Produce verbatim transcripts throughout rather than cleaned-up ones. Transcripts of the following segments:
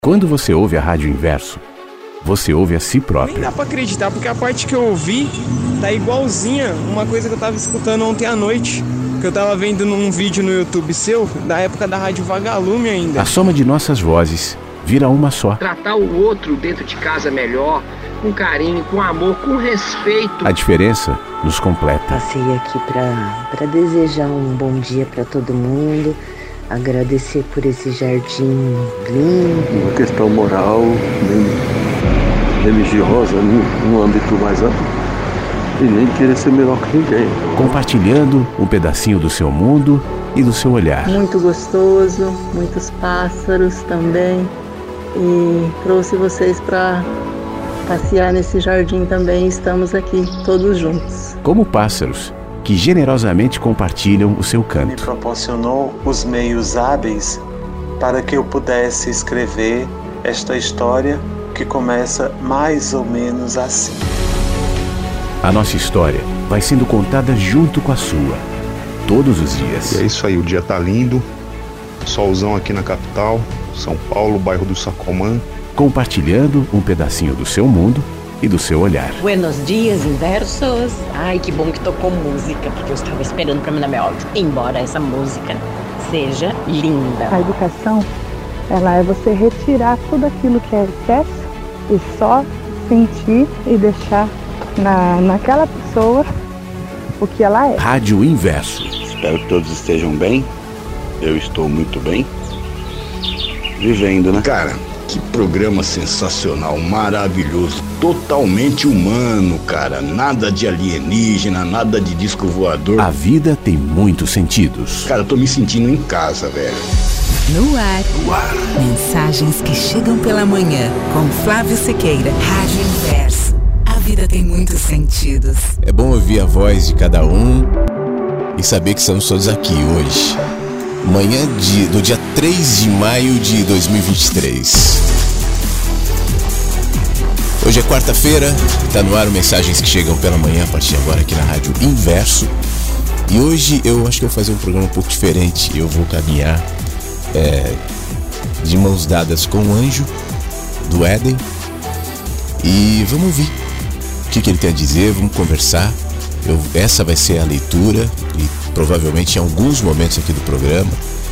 Quando você ouve a Rádio Inverso, você ouve a si próprio. Nem dá pra acreditar, porque a parte que eu ouvi tá igualzinha uma coisa que eu tava escutando ontem à noite, que eu tava vendo num vídeo no YouTube seu, da época da Rádio Vagalume ainda. A soma de nossas vozes vira uma só. Tratar o outro dentro de casa melhor, com carinho, com amor, com respeito. A diferença nos completa. Passei aqui pra, pra desejar um bom dia pra todo mundo, agradecer por esse jardim lindo. Uma questão moral, nem religiosa, num âmbito mais amplo, e nem querer ser melhor que ninguém. Compartilhando um pedacinho do seu mundo e do seu olhar. Muito gostoso, muitos pássaros também, e trouxe vocês para passear nesse jardim também. Estamos aqui todos juntos. Como pássaros que generosamente compartilham o seu canto. Me proporcionou os meios hábeis para que eu pudesse escrever esta história que começa mais ou menos assim. A nossa história vai sendo contada junto com a sua, todos os dias. E é isso aí, o dia tá lindo, solzão aqui na capital, São Paulo, bairro do Sacomã. Compartilhando um pedacinho do seu mundo e do seu olhar. Buenos dias, Inversos. Ai, que bom que tocou música, porque eu estava esperando para mandar meu áudio. Embora essa música seja linda. A educação, ela é você retirar tudo aquilo que é excesso e só sentir e deixar na, naquela pessoa o que ela é. Rádio Inverso. Espero que todos estejam bem. Eu estou muito bem. Vivendo, né? Cara, que programa sensacional, maravilhoso, totalmente humano, cara. Nada de alienígena, nada de disco voador. A vida tem muitos sentidos. Cara, eu tô me sentindo em casa, velho. No ar, no ar. Mensagens que chegam pela manhã, com Flávio Sequeira. Rádio Inverso. A vida tem muitos sentidos. É bom ouvir a voz de cada um e saber que estamos todos aqui hoje. Manhã de, do dia três de maio de dois mil e vinte e três. Hoje é quarta-feira, está no ar o Mensagens que Chegam pela Manhã, a partir de agora aqui na Rádio Inverso. E hoje eu acho que eu vou fazer um programa um pouco diferente. Eu vou caminhar é, de mãos dadas com o anjo do Éden. E vamos ouvir o que, que ele tem a dizer, vamos conversar. Eu, essa vai ser a leitura e provavelmente em alguns momentos aqui do programa.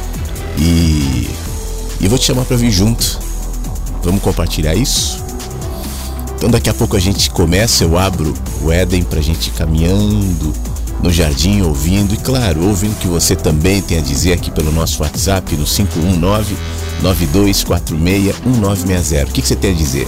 E, e vou te chamar para vir junto. Vamos compartilhar isso? Então daqui a pouco a gente começa, eu abro o Éden pra gente ir caminhando no jardim, ouvindo. E claro, ouvindo o que você também tem a dizer aqui pelo nosso WhatsApp no cinco um nove, nove dois quatro seis, um nove seis zero. O que, que você tem a dizer?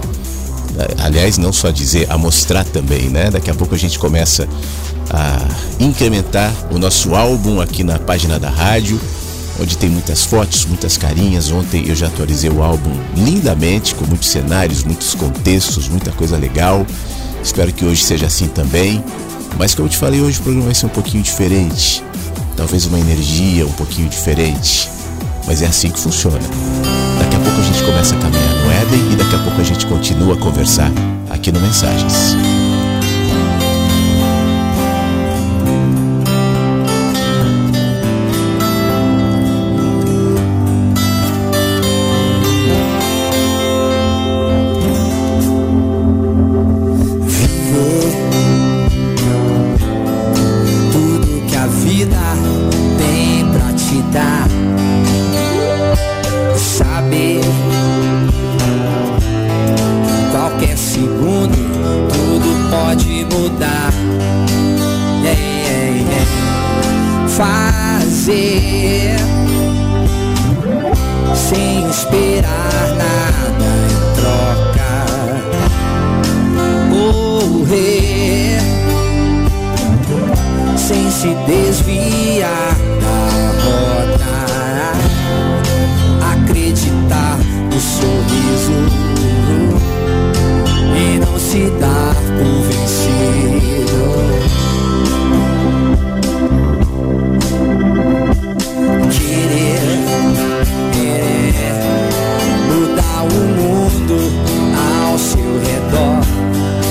Aliás, não só dizer, a mostrar também, né? Daqui a pouco a gente começa a incrementar o nosso álbum aqui na página da rádio, onde tem muitas fotos, muitas carinhas. Ontem eu já atualizei o álbum lindamente, com muitos cenários, muitos contextos, muita coisa legal. Espero que hoje seja assim também. Mas como eu te falei, hoje o programa vai ser um pouquinho diferente. Talvez uma energia um pouquinho diferente. Mas é assim que funciona. Daqui a pouco a gente começa a caminhar no Éden e daqui a pouco a gente continua a conversar aqui no Mensagens.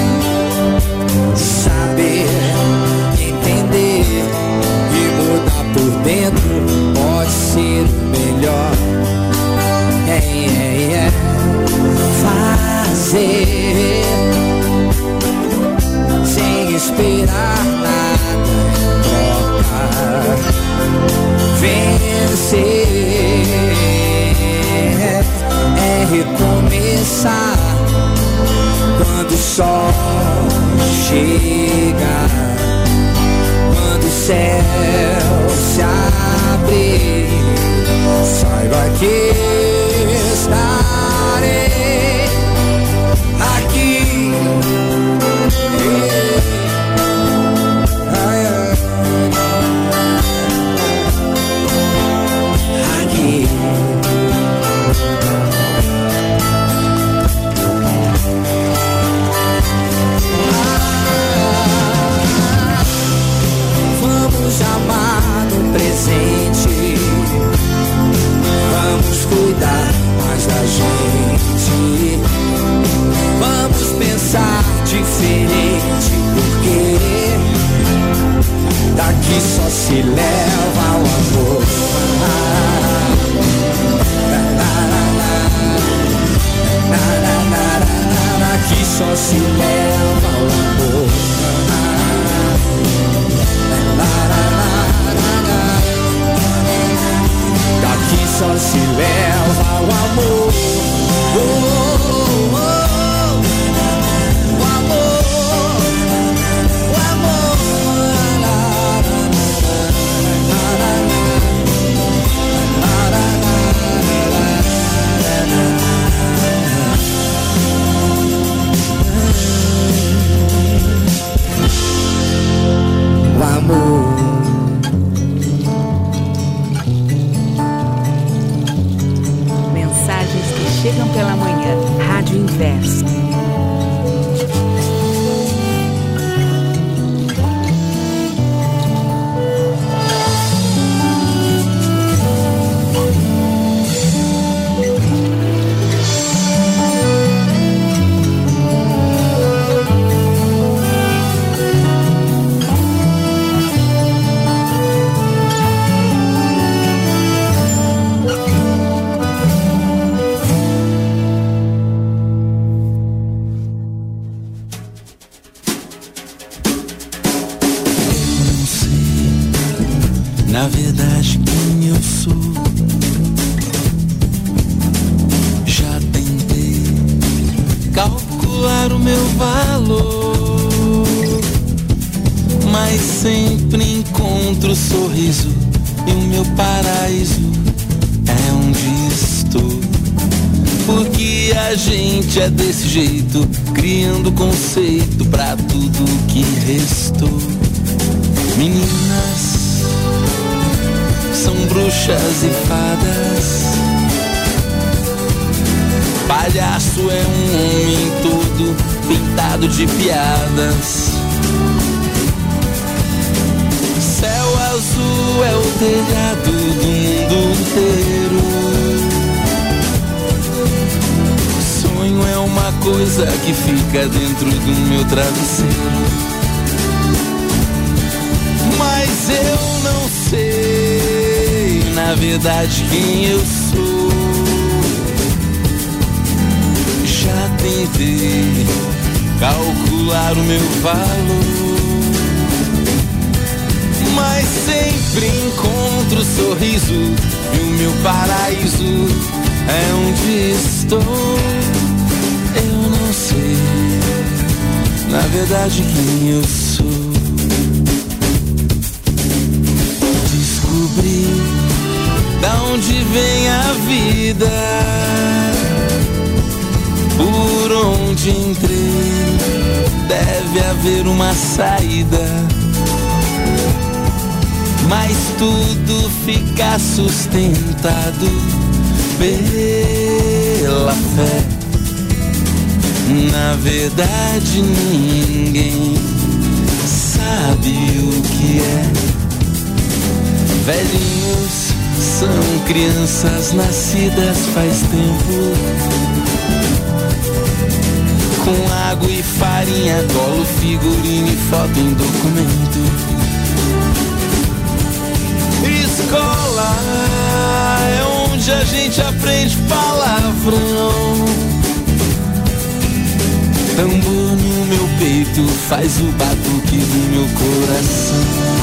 Saber, entender e mudar. recomeçar quando o sol chega, quando o céu se abre, saiba que estarei aqui. Aqui. Vamos amar no presente, vamos cuidar mais da gente, vamos pensar diferente, porque daqui só se leva o amor. Daqui só se leva o amor. Daqui só se leva o amor. Oh, oh, oh. O amor, o amor. O amor. Mensagens que chegam pela manhã. Rádio Inverso. Na verdade, quem eu sou? Já tentei calcular o meu valor, mas sempre encontro o sorriso e o meu paraíso é onde estou. Porque a gente é desse jeito, criando conceito pra tudo que restou. Meninas são bruxas e fadas, palhaço é um homem todo pintado de piadas. Céu azul é o telhado do mundo inteiro. Sonho é uma coisa que fica dentro do meu travesseiro. Mas eu não sei, na verdade, quem eu sou. Já tentei calcular o meu valor, mas sempre encontro o sorriso e o meu paraíso é onde estou. Eu não sei, na verdade, quem eu sou. Descobri da onde vem a vida, por onde entrei deve haver uma saída, mas tudo fica sustentado pela fé. Na verdade, ninguém sabe o que é. Velhinhos são crianças nascidas faz tempo, com água e farinha, colo, figurino e foto em documento. Escola é onde a gente aprende palavrão. Tambor no meu peito faz o batuque do meu coração.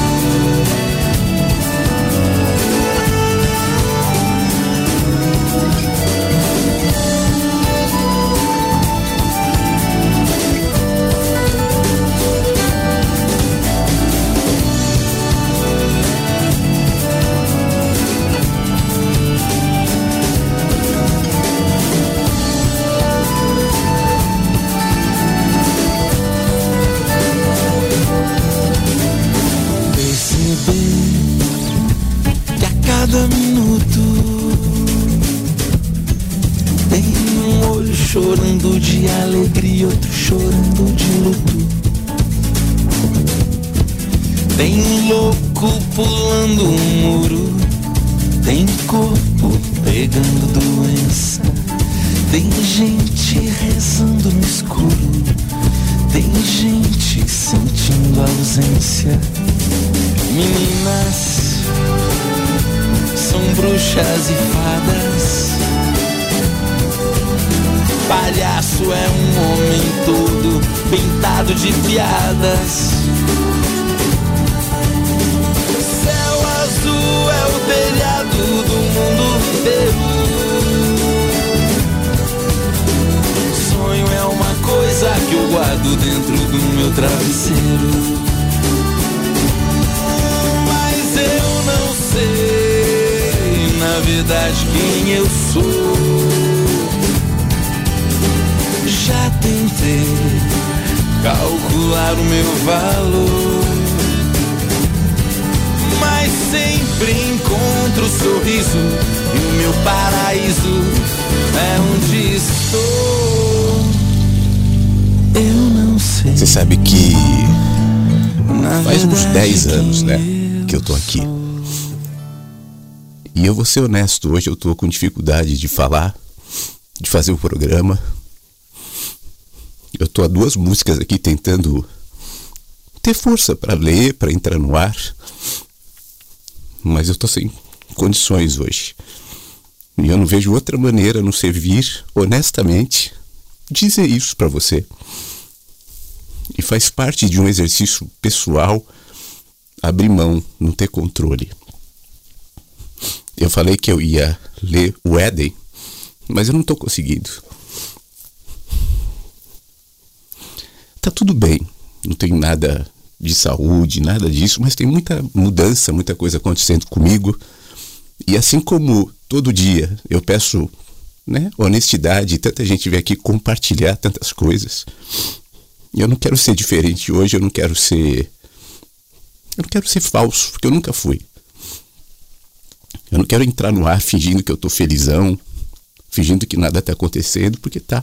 Um olho chorando de alegria, outro chorando de luto. Tem um louco pulando um muro, tem corpo pegando doença, tem gente rezando no escuro, tem gente sentindo ausência. Meninas são bruxas e fadas, palhaço é um homem todo pintado de piadas. Céu azul é o telhado do mundo inteiro. Sonho é uma coisa que eu guardo dentro do meu travesseiro. Mas eu não sei, na verdade, quem eu sou. Já tentei calcular o meu valor, mas sempre encontro o sorriso e o meu paraíso é onde estou. Eu não sei. Você sabe que faz uns dez anos, né, que eu tô aqui. E eu vou ser honesto, hoje eu tô com dificuldade de falar, de fazer o programa. Eu tô a duas músicas aqui tentando ter força para ler, para entrar no ar. Mas eu tô sem condições hoje. E eu não vejo outra maneira a não ser vir, honestamente, dizer isso para você. E faz parte de um exercício pessoal abrir mão, não ter controle. Eu falei que eu ia ler o Éden, mas eu não tô conseguindo. Tá tudo bem, não tem nada de saúde, nada disso, mas tem muita mudança, muita coisa acontecendo comigo. E assim como todo dia eu peço, né, honestidade, tanta gente vem aqui compartilhar tantas coisas. E eu não quero ser diferente hoje, eu não quero ser... Eu não quero ser falso, porque eu nunca fui. Eu não quero entrar no ar fingindo que eu tô felizão, fingindo que nada tá acontecendo, porque tá.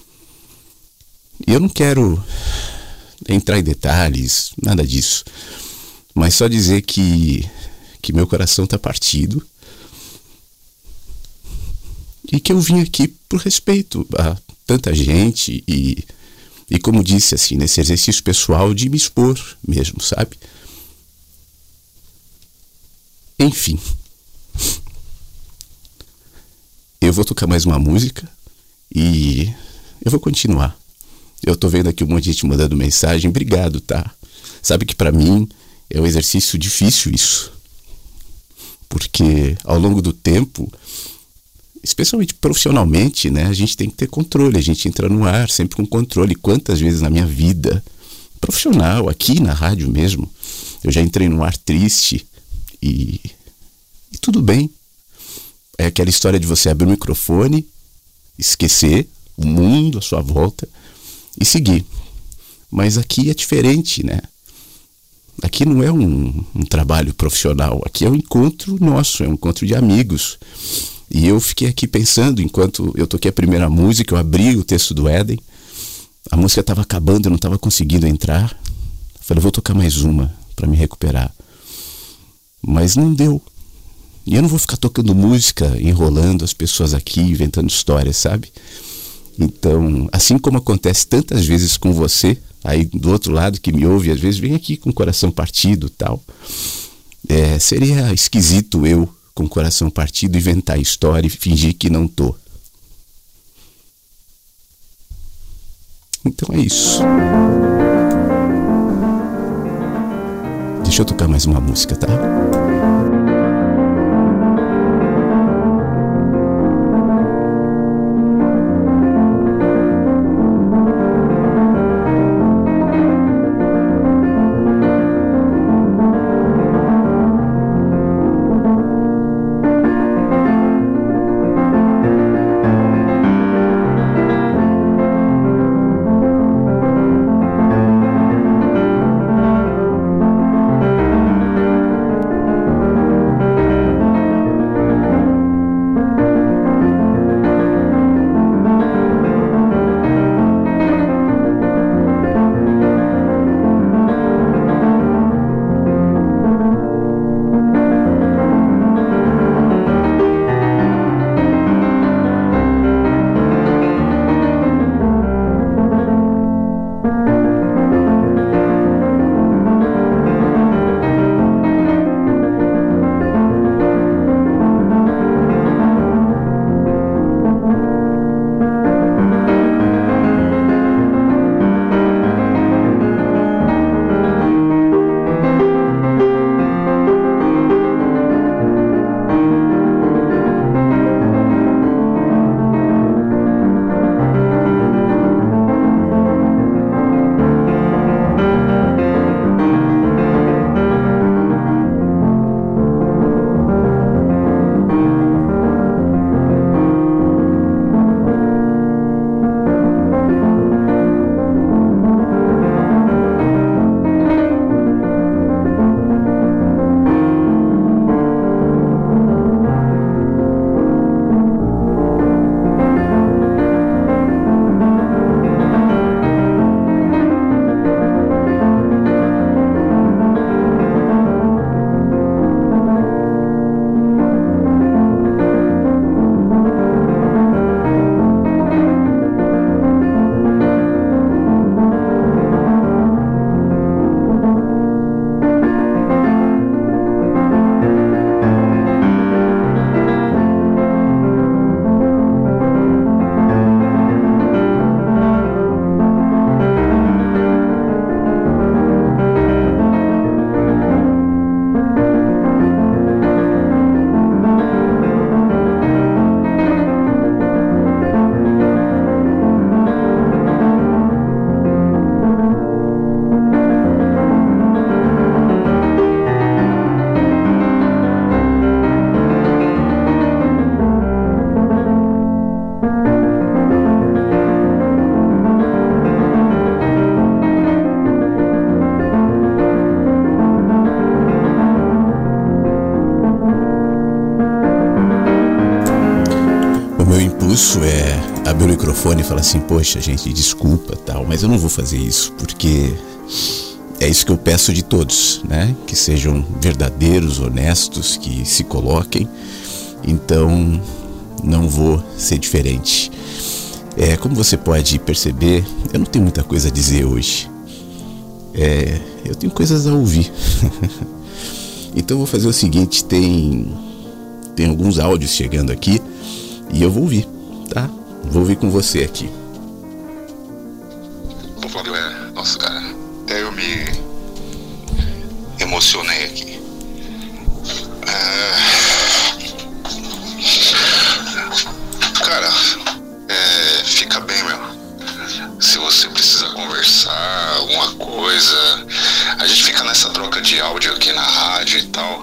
E eu não quero entrar em detalhes, nada disso. Mas só dizer que, que meu coração tá partido. E que eu vim aqui por respeito a tanta gente e, e como disse, assim, nesse exercício pessoal de me expor mesmo, sabe? Enfim. Eu vou tocar mais uma música e eu vou continuar. Eu tô vendo aqui um monte de gente mandando mensagem. Obrigado, tá? Sabe que pra mim é um exercício difícil isso. Porque ao longo do tempo, especialmente profissionalmente, né, a gente tem que ter controle. A gente entra no ar sempre com controle. Quantas vezes na minha vida profissional, aqui na rádio mesmo, eu já entrei no ar triste e, e tudo bem. É aquela história de você abrir o microfone, esquecer o mundo à sua volta e seguir. Mas aqui é diferente, né? Aqui não é um, um trabalho profissional, aqui é um encontro nosso, é um encontro de amigos. E eu fiquei aqui pensando, enquanto eu toquei a primeira música, eu abri o texto do Éden, a música estava acabando, eu não estava conseguindo entrar. Eu falei, vou tocar mais uma para me recuperar. Mas não deu. E eu não vou ficar tocando música, enrolando as pessoas aqui, inventando histórias, sabe? Então, assim como acontece tantas vezes com você, aí do outro lado que me ouve, às vezes vem aqui com o coração partido e tal, é, seria esquisito eu, com o coração partido, inventar história e fingir que não tô. Então é isso. Deixa eu tocar mais uma música, tá? ouço é abrir o microfone e falar assim, poxa, gente, desculpa, tal, mas eu não vou fazer isso, porque é isso que eu peço de todos, né? Que sejam verdadeiros, honestos, que se coloquem. Então, não vou ser diferente. É, como você pode perceber, eu não tenho muita coisa a dizer hoje. É, eu tenho coisas a ouvir. Então eu vou fazer o seguinte, tem, tem alguns áudios chegando aqui e eu vou ouvir, tá? Vou ouvir com você aqui. Pô, Flávio, é... Nossa, cara, até eu me emocionei aqui. É... Cara, é... fica bem, meu. Se você precisa conversar, alguma coisa... A gente fica nessa troca de áudio aqui na rádio e tal.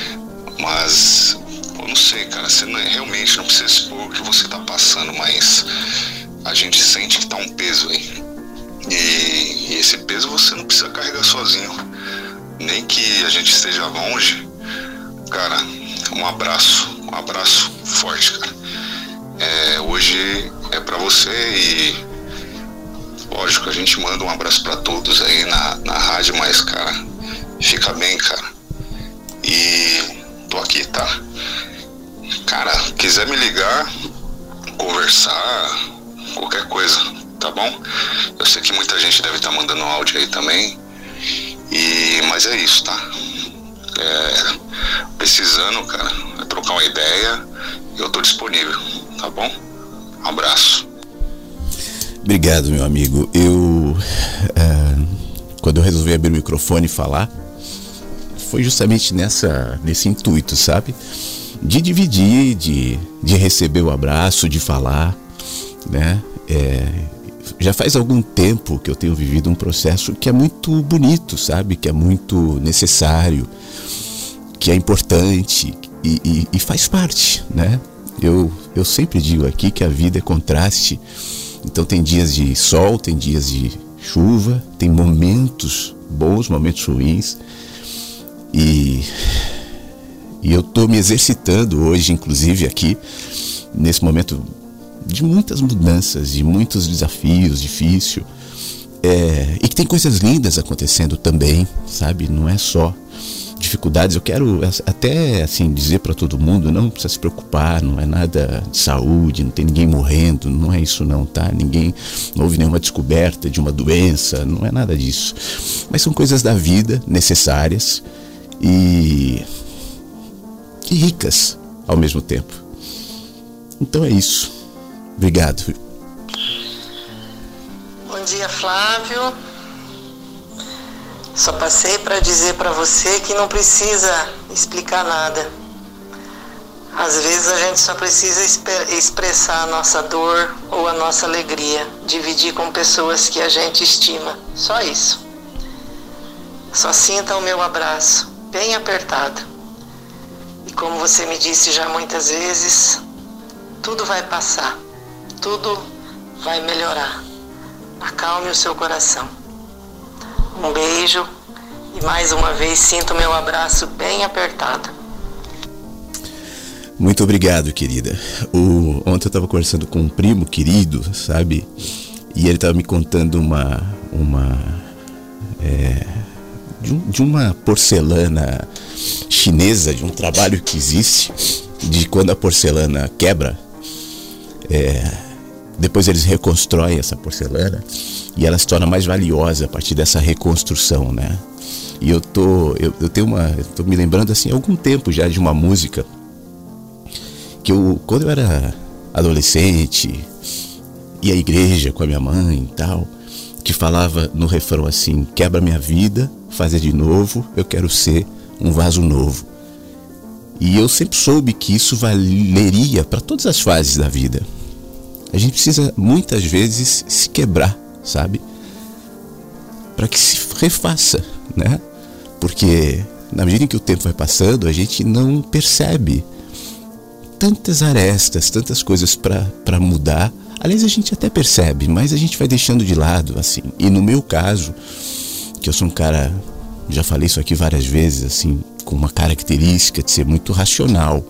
Mas... eu não sei, cara. Você não, realmente não precisa expor o que você tá passando, mas... a gente sente que tá um peso aí. E, e esse peso você não precisa carregar sozinho. Nem que a gente esteja longe. Cara, um abraço. Um abraço forte, cara. É, hoje é pra você e... lógico, a gente manda um abraço pra todos aí na, na rádio, mas, cara, fica bem, cara. E tô aqui, tá? Cara, quiser me ligar, conversar, qualquer coisa, tá bom? Eu sei que muita gente deve estar mandando áudio aí também. E, mas é isso, tá? É, precisando, cara, é trocar uma ideia, eu tô disponível, tá bom? Um abraço. Obrigado, meu amigo. Eu, é, quando eu resolvi abrir o microfone e falar, foi justamente nessa, nesse intuito, sabe? De dividir, de, de receber o abraço, de falar, né? É, já faz algum tempo que eu tenho vivido um processo que é muito bonito, sabe? Que é muito necessário, que é importante e, e, e faz parte, né? Eu, eu sempre digo aqui que a vida é contraste. Então tem dias de sol, tem dias de chuva, tem momentos bons, momentos ruins. E, e eu estou me exercitando hoje, inclusive aqui, nesse momento de muitas mudanças, de muitos desafios, difícil. É, e que tem coisas lindas acontecendo também, sabe? Não é só dificuldades. Eu quero até assim dizer para todo mundo, não precisa se preocupar, não é nada de saúde, não tem ninguém morrendo, não é isso não, tá? Ninguém, não houve nenhuma descoberta de uma doença, não é nada disso. Mas são coisas da vida necessárias e, e ricas ao mesmo tempo. Então é isso. Obrigado. Bom dia, Flávio. Só passei para dizer para você que não precisa explicar nada. Às vezes a gente só precisa expressar a nossa dor ou a nossa alegria, dividir com pessoas que a gente estima. Só isso. Só sinta o meu abraço, bem apertado. E como você me disse já muitas vezes, tudo vai passar, tudo vai melhorar. Acalme o seu coração. Um beijo e mais uma vez sinto meu abraço bem apertado. Muito obrigado, querida. O, ontem eu estava conversando com um primo querido, sabe? E ele estava me contando uma... uma é, de, um, de uma porcelana chinesa, de um trabalho que existe, de quando a porcelana quebra, é, depois eles reconstroem essa porcelana e ela se torna mais valiosa a partir dessa reconstrução, né? E eu tô, eu, eu tenho uma, eu tô me lembrando assim, há algum tempo já de uma música que eu, quando eu era adolescente, ia à igreja com a minha mãe e tal, que falava no refrão assim: quebra minha vida, fazer de novo, eu quero ser um vaso novo. E eu sempre soube que isso valeria para todas as fases da vida. A gente precisa muitas vezes se quebrar, sabe? Para que se refaça, né? Porque na medida em que o tempo vai passando, a gente não percebe tantas arestas, tantas coisas para mudar. Aliás, a gente até percebe, mas a gente vai deixando de lado, assim. E no meu caso, que eu sou um cara, já falei isso aqui várias vezes, assim, com uma característica de ser muito racional.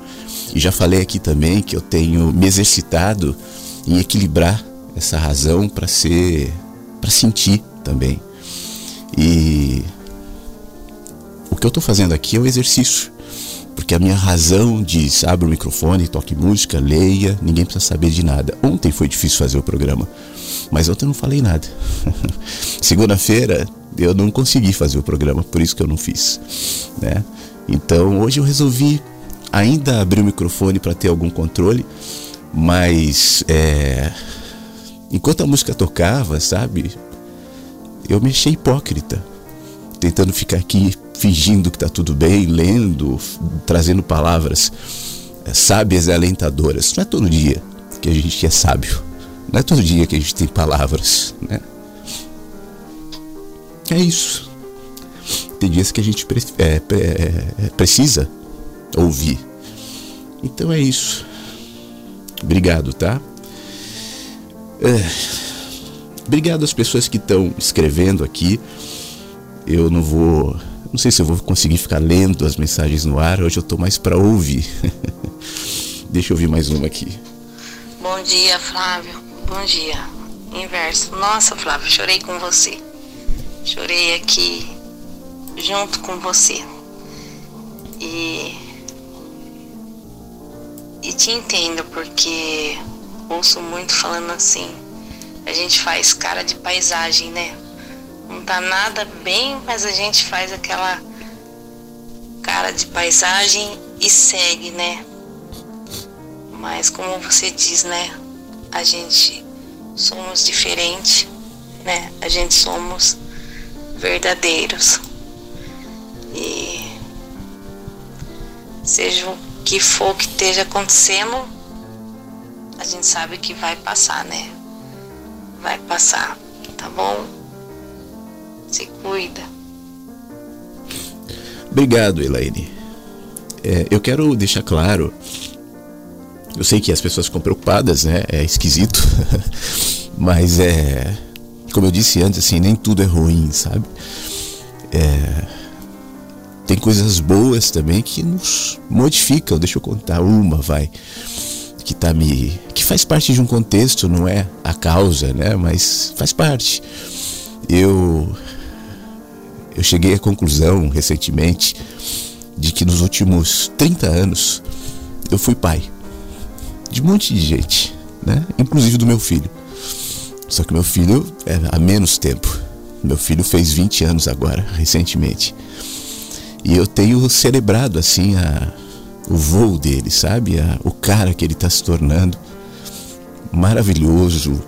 E já falei aqui também que eu tenho me exercitado em equilibrar essa razão para ser, para sentir também. E o que eu estou fazendo aqui é um exercício, porque a minha razão diz: abre o microfone, toque música, leia, ninguém precisa saber de nada. Ontem foi difícil fazer o programa, mas ontem eu não falei nada. Segunda-feira eu não consegui fazer o programa, por isso que eu não fiz, né? Então hoje eu resolvi ainda abrir o microfone para ter algum controle, mas é, enquanto a música tocava, sabe, eu me achei hipócrita, tentando ficar aqui fingindo que tá tudo bem, lendo, trazendo palavras é, sábias e alentadoras. Não é todo dia que a gente é sábio, não é todo dia que a gente tem palavras, né? É isso. Tem dias que a gente pre- é, pre- é, precisa ouvir. Então é isso. Obrigado, tá? É, obrigado às pessoas que estão escrevendo aqui. Eu não vou... Não sei se eu vou conseguir ficar lendo as mensagens no ar. Hoje eu tô mais para ouvir. Deixa eu ouvir mais uma aqui. Bom dia, Flávio. Bom dia. Inverso. Nossa, Flávio, chorei com você. Chorei aqui junto com você. E... E te entendo, porque ouço muito falando assim, a gente faz cara de paisagem, né? Não tá nada bem, mas a gente faz aquela cara de paisagem e segue, né? Mas como você diz, né? A gente somos diferentes, né? A gente somos verdadeiros. E seja o que for que esteja acontecendo, a gente sabe que vai passar, né? Vai passar, tá bom? Se cuida. Obrigado, Elaine. É, eu quero deixar claro, eu sei que as pessoas ficam preocupadas, né? É esquisito, mas é, como eu disse antes, assim, nem tudo é ruim, sabe? É, tem coisas boas também que nos modificam. Deixa eu contar uma, vai, que tá me, que faz parte de um contexto, não é a causa, né? Mas faz parte. Eu eu cheguei à conclusão recentemente de que nos últimos trinta anos eu fui pai de um monte de gente, né? Inclusive do meu filho. Só que meu filho é há menos tempo. Meu filho fez vinte anos agora, recentemente. E eu tenho celebrado assim a, o voo dele, sabe? A, o cara que ele está se tornando. Maravilhoso.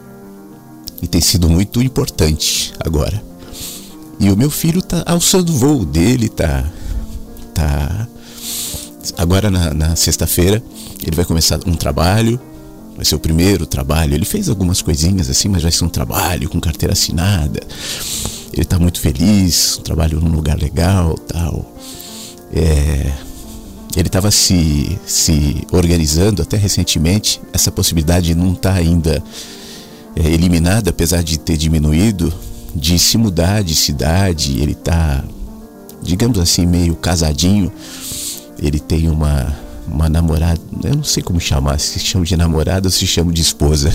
E tem sido muito importante agora. E o meu filho está alçando o voo dele, tá, tá... Agora na, na sexta-feira ele vai começar um trabalho. Vai ser o primeiro trabalho. Ele fez algumas coisinhas assim, mas vai ser um trabalho com carteira assinada. Ele está muito feliz, um trabalho num lugar legal, tal. É, ele estava se, se organizando até recentemente. Essa possibilidade não está ainda é, eliminada, apesar de ter diminuído, de se mudar de cidade. Ele está, digamos assim, meio casadinho. Ele tem uma, uma namorada, eu não sei como chamar, se chama de namorada ou se chama de esposa.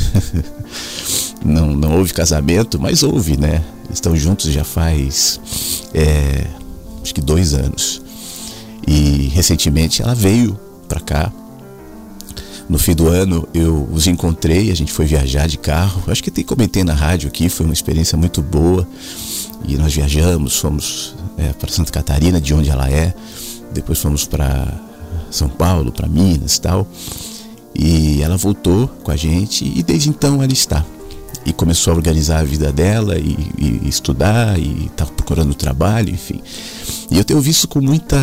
Não, não houve casamento, mas houve, né? Eles estão juntos já faz é, acho que dois anos. E recentemente ela veio pra cá. No fim do ano eu os encontrei, a gente foi viajar de carro. Acho que até comentei na rádio aqui, foi uma experiência muito boa. E nós viajamos, fomos é, para Santa Catarina, de onde ela é. Depois fomos para São Paulo, para Minas e tal. E ela voltou com a gente e desde então ela está. E começou a organizar a vida dela e, e estudar e estava procurando trabalho, enfim. E eu tenho visto com muita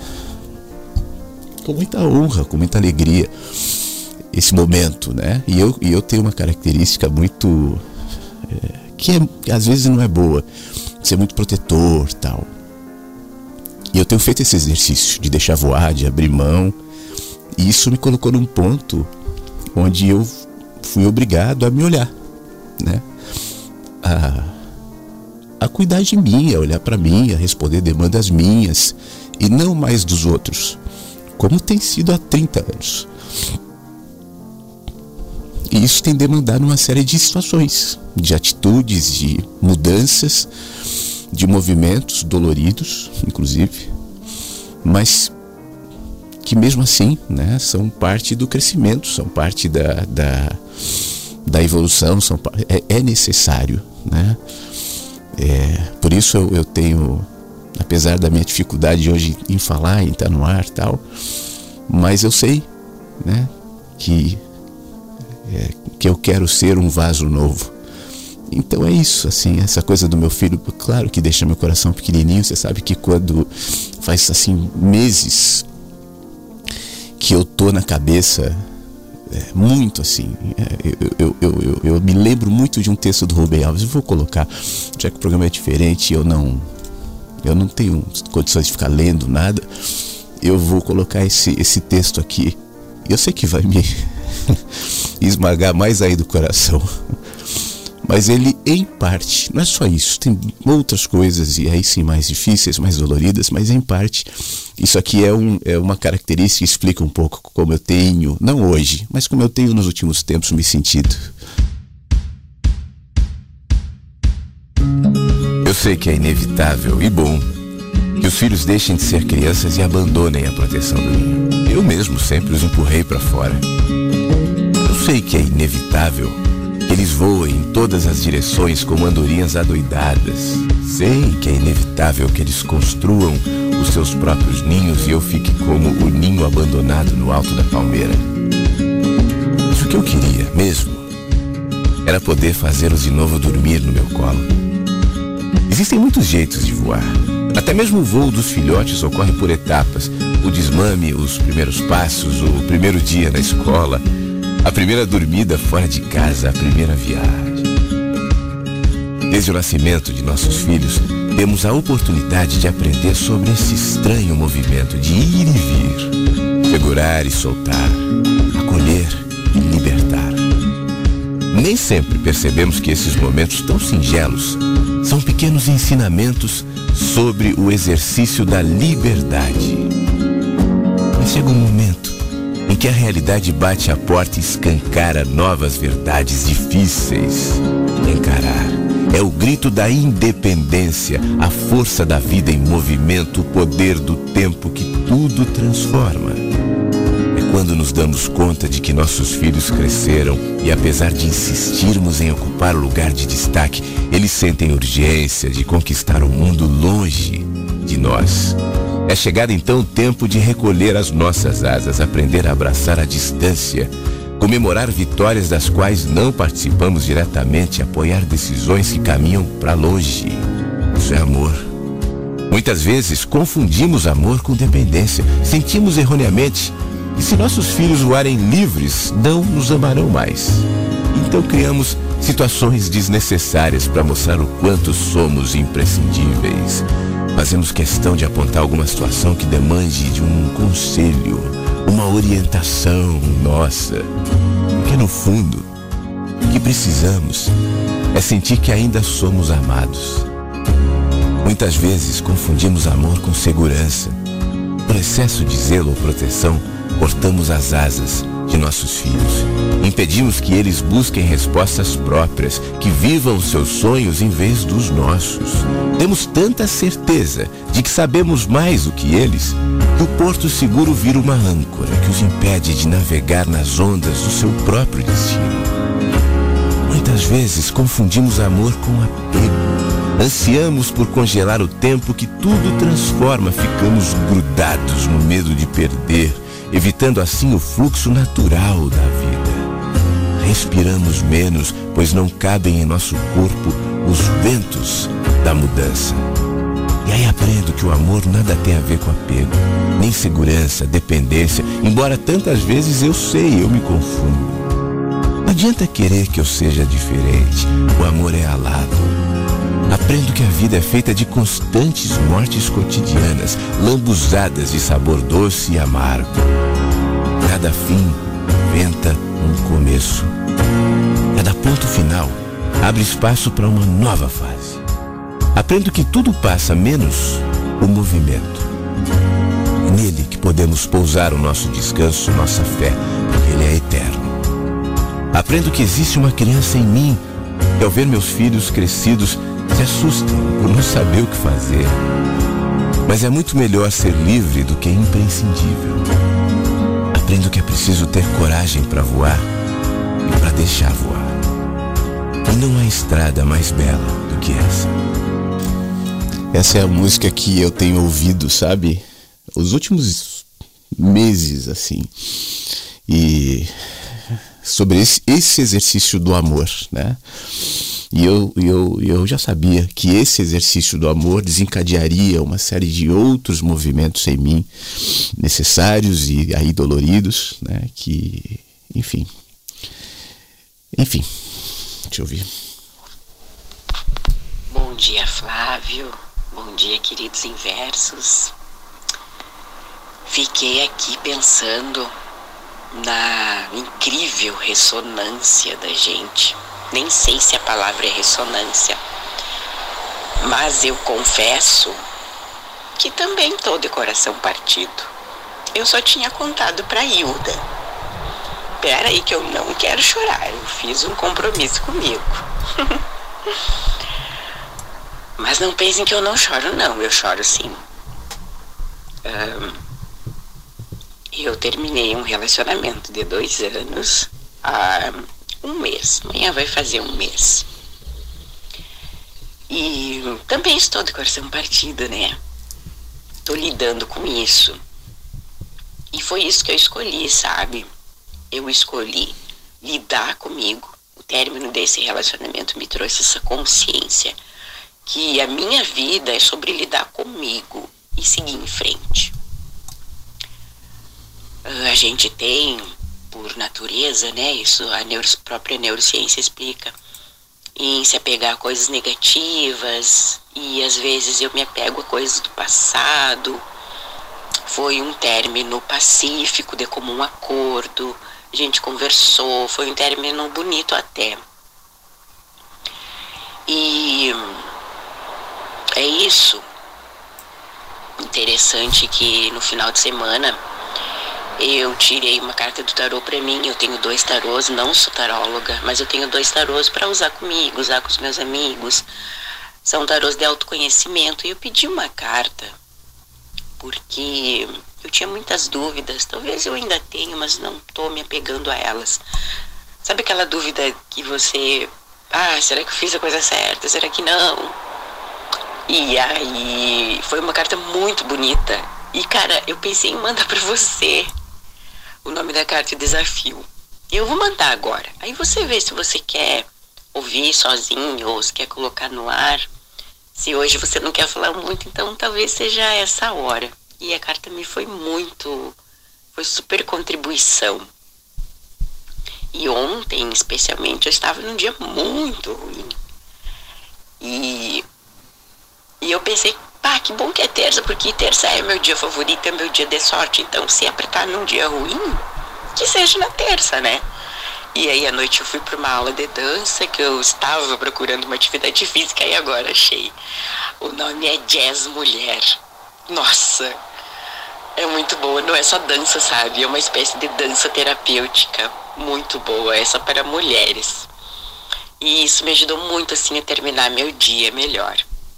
com muita honra, com muita alegria esse momento, né? E eu, e eu tenho uma característica muito é, que, é, que às vezes não é boa, ser muito protetor, tal. E eu tenho feito esse exercício de deixar voar, de abrir mão. E isso me colocou num ponto onde eu fui obrigado a me olhar, né? A, a cuidar de mim, a olhar para mim, a responder demandas minhas e não mais dos outros, como tem sido há trinta anos. E isso tem demandado uma série de situações, de atitudes, de mudanças, de movimentos doloridos, inclusive, mas que mesmo assim, né, são parte do crescimento, são parte da, da, da evolução, são, é, é necessário, né? É, por isso eu, eu tenho, apesar da minha dificuldade hoje em falar, em estar no ar e tal, mas eu sei, né, que, é, que eu quero ser um vaso novo. Então é isso, assim, essa coisa do meu filho, claro que deixa meu coração pequenininho. Você sabe que quando faz assim meses que eu tô na cabeça, é, muito assim, é, eu, eu, eu, eu, eu me lembro muito de um texto do Rubem Alves. Eu vou colocar, já que o programa é diferente, eu não eu não tenho condições de ficar lendo nada, eu vou colocar esse, esse texto aqui. Eu sei que vai me esmagar mais aí do coração, mas ele, em parte, não é só isso, tem outras coisas, e aí sim mais difíceis, mais doloridas, mas em parte, isso aqui é, um, é uma característica que explica um pouco como eu tenho, não hoje, mas como eu tenho nos últimos tempos me sentido. Eu sei que é inevitável e bom que os filhos deixem de ser crianças e abandonem a proteção do ninho. Eu mesmo sempre os empurrei para fora. Eu sei que é inevitável que eles voem em todas as direções como andorinhas adoidadas. Sei que é inevitável que eles construam os seus próprios ninhos e eu fique como o ninho abandonado no alto da palmeira. Mas o que eu queria mesmo era poder fazê-los de novo dormir no meu colo. Existem muitos jeitos de voar. Até mesmo o voo dos filhotes ocorre por etapas. O desmame, os primeiros passos, o primeiro dia na escola, a primeira dormida fora de casa, a primeira viagem. Desde o nascimento de nossos filhos, temos a oportunidade de aprender sobre esse estranho movimento de ir e vir, segurar e soltar, acolher e libertar. Nem sempre percebemos que esses momentos tão singelos são pequenos ensinamentos sobre o exercício da liberdade. Mas chega um momento em que a realidade bate à porta e escancara novas verdades difíceis de encarar. É o grito da independência, a força da vida em movimento, o poder do tempo que tudo transforma. É quando nos damos conta de que nossos filhos cresceram e, apesar de insistirmos em ocupar o lugar de destaque, eles sentem urgência de conquistar o mundo longe de nós. É chegado então o tempo de recolher as nossas asas, aprender a abraçar a distância, comemorar vitórias das quais não participamos diretamente, apoiar decisões que caminham para longe. Isso é amor. Muitas vezes confundimos amor com dependência. Sentimos erroneamente que se nossos filhos voarem livres, não nos amarão mais. Então criamos situações desnecessárias para mostrar o quanto somos imprescindíveis. Fazemos questão de apontar alguma situação que demande de um conselho, uma orientação nossa. Porque no fundo, o que precisamos é sentir que ainda somos amados. Muitas vezes confundimos amor com segurança. Por excesso de zelo ou proteção, cortamos as asas de nossos filhos. Impedimos que eles busquem respostas próprias, que vivam os seus sonhos em vez dos nossos. Temos tanta certeza de que sabemos mais do que eles, que o porto seguro vira uma âncora que os impede de navegar nas ondas do seu próprio destino. Muitas vezes confundimos amor com apego. Ansiamos por congelar o tempo que tudo transforma, ficamos grudados no medo de perder, evitando assim o fluxo natural da vida. Respiramos menos, pois não cabem em nosso corpo os ventos da mudança. E aí aprendo que o amor nada tem a ver com apego, nem segurança, dependência, embora tantas vezes eu sei, eu me confundo. Não adianta querer que eu seja diferente, o amor é alado. Aprendo que a vida é feita de constantes mortes cotidianas, lambuzadas de sabor doce e amargo. Cada fim inventa um começo. Cada ponto final abre espaço para uma nova fase. Aprendo que tudo passa menos o movimento. nele que podemos pousar o nosso descanso, nossa fé, porque ele é eterno. Aprendo que existe uma criança em mim, e ao ver meus filhos crescidos, se assustam por não saber o que fazer. Mas é muito melhor ser livre do que imprescindível. Aprendo que é preciso ter coragem para voar e para deixar voar. E não há estrada mais bela do que essa. Essa é a música que eu tenho ouvido, sabe? Os últimos meses, assim. E sobre esse, esse exercício do amor, né? E eu, eu, eu já sabia que esse exercício do amor desencadearia uma série de outros movimentos em mim, necessários e aí doloridos, né? Que, enfim. Enfim, deixa eu ver. Bom dia, Flávio. Bom dia, queridos inversos. Fiquei aqui pensando na incrível ressonância da gente. Nem sei se a palavra é ressonância, mas eu confesso que também tô de coração partido. Eu só tinha contado pra Hilda. Pera aí que eu não quero chorar, eu fiz um compromisso comigo. Mas não pensem que eu não choro, não, eu choro sim. Um, eu terminei um relacionamento de dois anos há um mês, amanhã vai fazer um mês. E também estou de coração partido, né? Tô lidando com isso. E foi isso que eu escolhi, sabe? Eu escolhi lidar comigo. O término desse relacionamento me trouxe essa consciência que a minha vida é sobre lidar comigo e seguir em frente. A gente tem, por natureza, né, isso a neuro, própria neurociência explica, em se apegar a coisas negativas, e às vezes eu me apego a coisas do passado. Foi um término pacífico, de comum acordo, a gente conversou, foi um término bonito até. E é isso. Interessante que no final de semana eu tirei uma carta do tarô pra mim. Eu tenho dois tarôs, não sou taróloga, mas eu tenho dois tarôs pra usar comigo, usar com os meus amigos. São tarôs de autoconhecimento. E eu pedi uma carta porque eu tinha muitas dúvidas. Talvez eu ainda tenha, mas não tô me apegando a elas. Sabe aquela dúvida que você... Ah, será que eu fiz a coisa certa? Será que não? E aí, foi uma carta muito bonita. E, cara, eu pensei em mandar pra você. O nome da carta é Desafio. Eu vou mandar agora. Aí você vê se você quer ouvir sozinho ou se quer colocar no ar. Se hoje você não quer falar muito, então talvez seja essa hora. E a carta me foi muito... Foi super contribuição. E ontem, especialmente, eu estava num dia muito ruim. E... E eu pensei, pá, que bom que é terça, porque terça é meu dia favorito, é meu dia de sorte. Então, se apertar num dia ruim, que seja na terça, né? E aí, à noite, eu fui para uma aula de dança, que eu estava procurando uma atividade física e agora achei. O nome é Jazz Mulher. Nossa, é muito boa. Não é só dança, sabe? É uma espécie de dança terapêutica muito boa. É só para mulheres. E isso me ajudou muito, assim, a terminar meu dia melhor.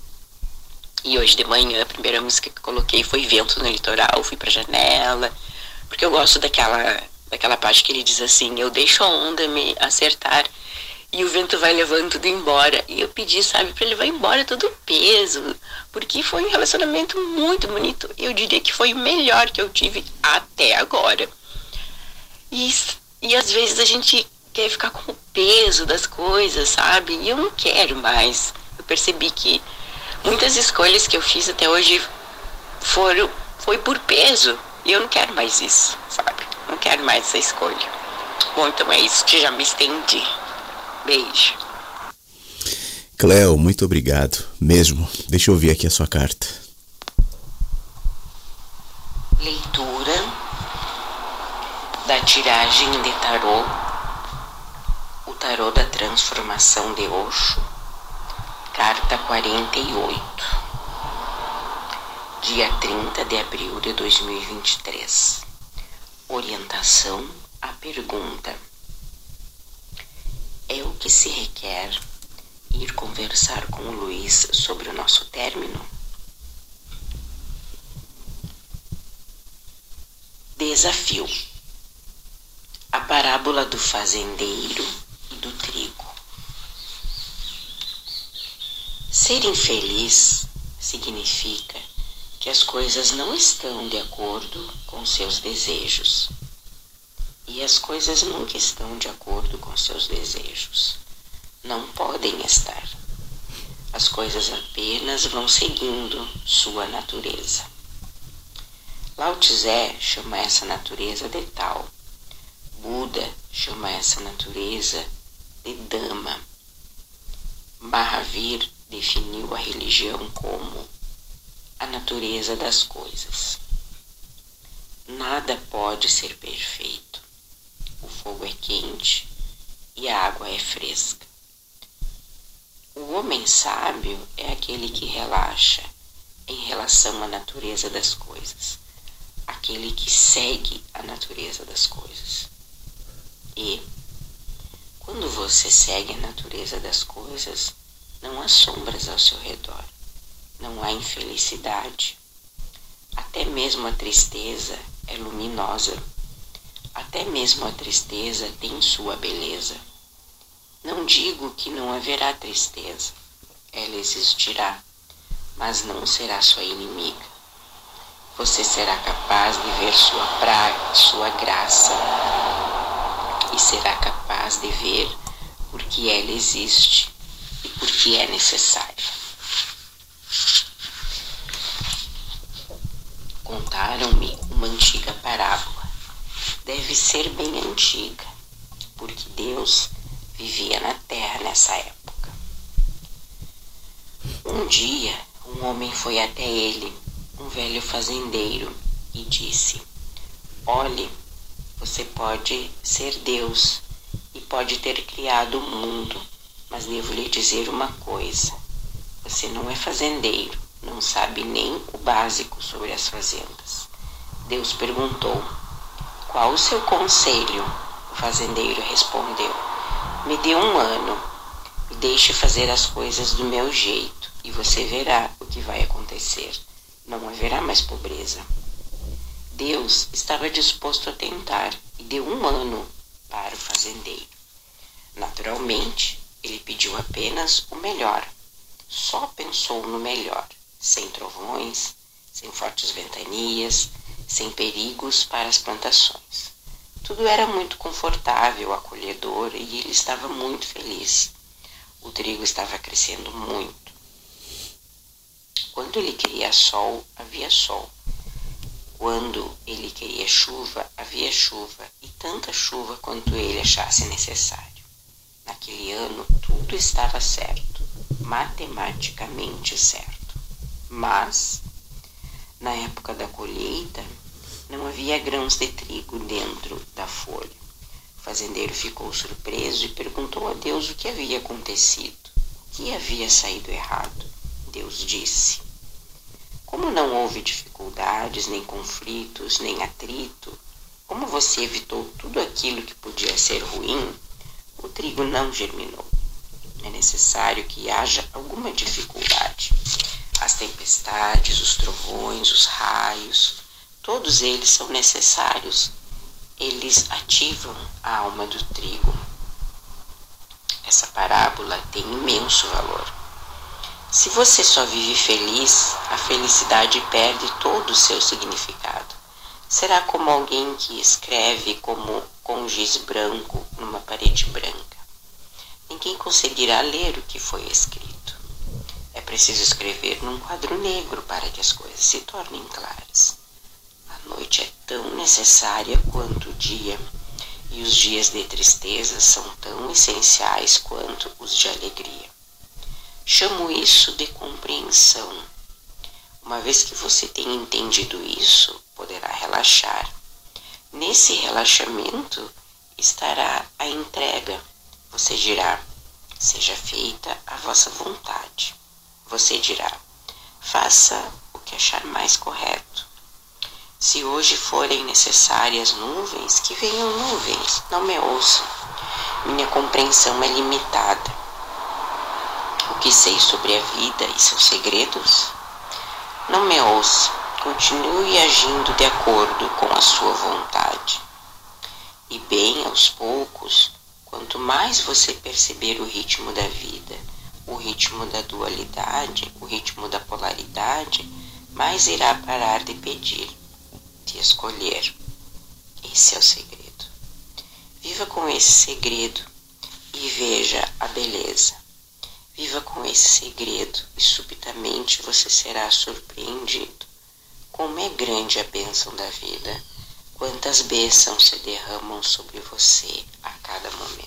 E hoje de manhã, a primeira música que eu coloquei foi Vento no Litoral, fui pra janela, porque eu gosto daquela, daquela parte que ele diz assim, eu deixo a onda me acertar e o vento vai levando tudo embora. E eu pedi, sabe, pra ele vai embora todo o peso, porque foi um relacionamento muito bonito. Eu diria que foi o melhor que eu tive até agora. E, e às vezes a gente quer ficar com o peso das coisas, sabe? E eu não quero mais. Eu percebi que muitas escolhas que eu fiz até hoje foram, foi por peso. E eu não quero mais isso, sabe? Não quero mais essa escolha. Bom, então é isso, que já me estendi. Beijo. Cleo, muito obrigado. Mesmo. Deixa eu ver aqui a sua carta. Leitura da tiragem de tarô. O tarô da transformação de Osho. Carta quarenta e oito. dia trinta de abril de dois mil e vinte e três. Orientação à pergunta: é o que se requer ir conversar com o Luiz sobre o nosso término? Desafio: a parábola do fazendeiro e do trigo. Ser infeliz significa que as coisas não estão de acordo com seus desejos. E as coisas nunca estão de acordo com seus desejos. Não podem estar. As coisas apenas vão seguindo sua natureza. Lao Tse chama essa natureza de Tao. Buda chama essa natureza de Dhamma. Mahavir definiu a religião como a natureza das coisas. Nada pode ser perfeito. O fogo é quente e a água é fresca. O homem sábio é aquele que relaxa em relação à natureza das coisas, aquele que segue a natureza das coisas. E, quando você segue a natureza das coisas, não há sombras ao seu redor, não há infelicidade. Até mesmo a tristeza é luminosa. Até mesmo a tristeza tem sua beleza. Não digo que não haverá tristeza. Ela existirá, mas não será sua inimiga. Você será capaz de ver sua praga, sua graça, e será capaz de ver por que ela existe e por que é necessária. Contaram-me uma antiga parábola. Deve ser bem antiga, porque Deus vivia na terra nessa época. Um dia, um homem foi até ele, um velho fazendeiro, e disse: olhe, você pode ser Deus e pode ter criado o mundo, mas devo lhe dizer uma coisa: você não é fazendeiro, não sabe nem o básico sobre as fazendas. Deus perguntou: qual o seu conselho? O fazendeiro respondeu: me dê um ano, me deixe fazer as coisas do meu jeito, e você verá o que vai acontecer. Não haverá mais pobreza. Deus estava disposto a tentar e deu um ano para o fazendeiro. Naturalmente, ele pediu apenas o melhor. Só pensou no melhor, sem trovões, sem fortes ventanias, sem perigos para as plantações. Tudo era muito confortável, acolhedor, e ele estava muito feliz. O trigo estava crescendo muito. Quando ele queria sol, havia sol. Quando ele queria chuva, havia chuva, e tanta chuva quanto ele achasse necessário. Naquele ano, tudo estava certo, matematicamente certo. Mas, na época da colheita, não havia grãos de trigo dentro da folha. O fazendeiro ficou surpreso e perguntou a Deus o que havia acontecido, o que havia saído errado. Deus disse: como não houve dificuldades, nem conflitos, nem atrito, como você evitou tudo aquilo que podia ser ruim, o trigo não germinou. É necessário que haja alguma dificuldade. As tempestades, os trovões, os raios, todos eles são necessários. Eles ativam a alma do trigo. Essa parábola tem imenso valor. Se você só vive feliz, a felicidade perde todo o seu significado. Será como alguém que escreve como com giz branco numa parede branca. Ninguém conseguirá ler o que foi escrito. É preciso escrever num quadro negro para que as coisas se tornem claras. A noite é tão necessária quanto o dia, e os dias de tristeza são tão essenciais quanto os de alegria. Chamo isso de compreensão. Uma vez que você tenha entendido isso, poderá relaxar. Nesse relaxamento estará a entrega. Você dirá: seja feita a vossa vontade. Você dirá: faça o que achar mais correto. Se hoje forem necessárias nuvens, que venham nuvens, não me ouçam. Minha compreensão é limitada. O que sei sobre a vida e seus segredos? Não me ouça. Continue agindo de acordo com a sua vontade. E bem aos poucos, quanto mais você perceber o ritmo da vida, o ritmo da dualidade, o ritmo da polaridade, mais irá parar de pedir, de escolher. Esse é o segredo. Viva com esse segredo e veja a beleza. Viva com esse segredo e subitamente você será surpreendido. Como é grande a bênção da vida. Quantas bênçãos se derramam sobre você a cada momento.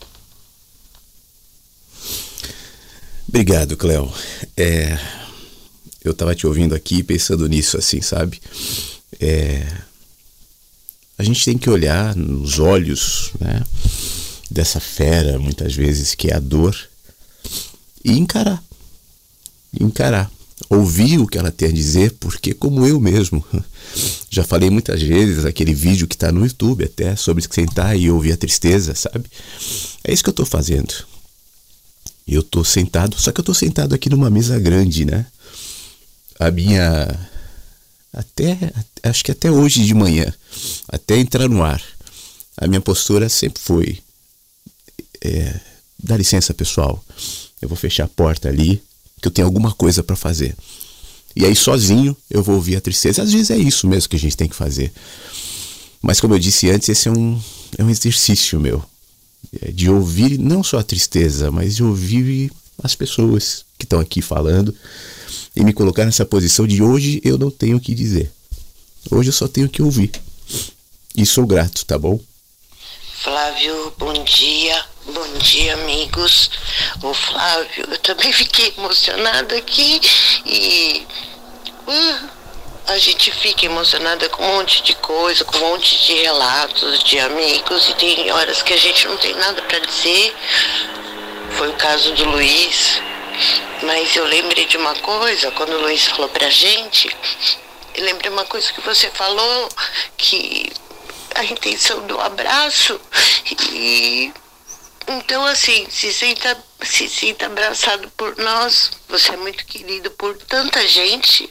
Obrigado, Cléo. É, eu estava te ouvindo aqui pensando nisso, assim, sabe? É, a gente tem que olhar nos olhos, né, dessa fera, muitas vezes, que é a dor, e encarar. Encarar. Ouvir o que ela tem a dizer, porque como eu mesmo já falei muitas vezes, aquele vídeo que está no YouTube até, sobre sentar e ouvir a tristeza, sabe? É isso que eu estou fazendo. Eu estou sentado, só que eu estou sentado aqui numa mesa grande, né? A minha... Até, acho que até hoje de manhã, até entrar no ar, a minha postura sempre foi... É, dá licença, pessoal, eu vou fechar a porta ali, que eu tenho alguma coisa para fazer. E aí sozinho eu vou ouvir a tristeza. Às vezes é isso mesmo que a gente tem que fazer. Mas como eu disse antes, esse é um, é um exercício meu. É de ouvir não só a tristeza, mas de ouvir as pessoas que estão aqui falando e me colocar nessa posição de hoje eu não tenho o que dizer. Hoje eu só tenho que ouvir. E sou grato, tá bom? Flávio, bom dia, bom dia, amigos. Ô Flávio, eu também fiquei emocionada aqui e uh, a gente fica emocionada com um monte de coisa, com um monte de relatos de amigos e tem horas que a gente não tem nada para dizer. Foi o caso do Luiz, mas eu lembrei de uma coisa, quando o Luiz falou pra gente, eu lembrei uma coisa que você falou, que a intenção do abraço e então assim, se sinta, se sinta abraçado por nós, você é muito querido por tanta gente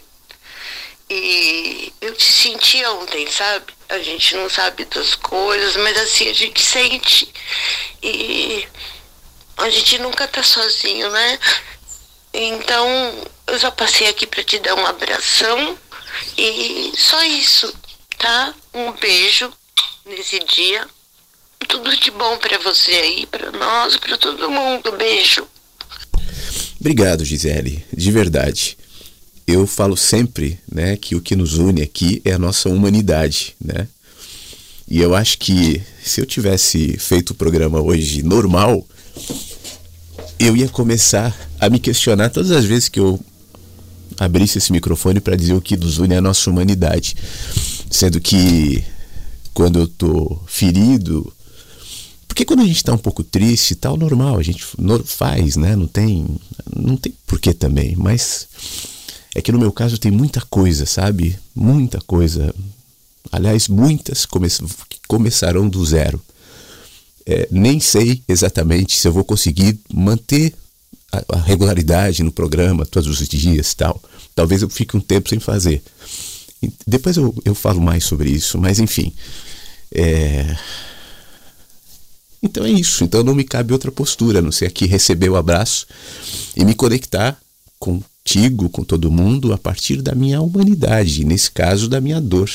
e eu te senti ontem, sabe? A gente não sabe das coisas, mas assim, a gente sente e a gente nunca tá sozinho, né? Então, eu só passei aqui pra te dar um abração e só isso, tá? Um beijo nesse dia. Tudo de bom pra você aí, pra nós, pra todo mundo. Beijo. Obrigado, Gisele. De verdade. Eu falo sempre, né, que o que nos une aqui é a nossa humanidade, né? E eu acho que se eu tivesse feito o programa hoje normal, eu ia começar a me questionar todas as vezes que eu abrisse esse microfone para dizer o que nos une é a nossa humanidade. Sendo que quando eu tô ferido, porque quando a gente tá um pouco triste e tal, normal, a gente faz, né? Não tem, não tem porquê também, mas é que no meu caso tem muita coisa, sabe? Muita coisa. Aliás, muitas come- começarão do zero. É, nem sei exatamente se eu vou conseguir manter a, a regularidade no programa todos os dias e tal. Talvez eu fique um tempo sem fazer. E depois eu, eu falo mais sobre isso, mas enfim. É... Então é isso. Então não me cabe outra postura, a não ser aqui receber o abraço e me conectar contigo, com todo mundo, a partir da minha humanidade, nesse caso da minha dor.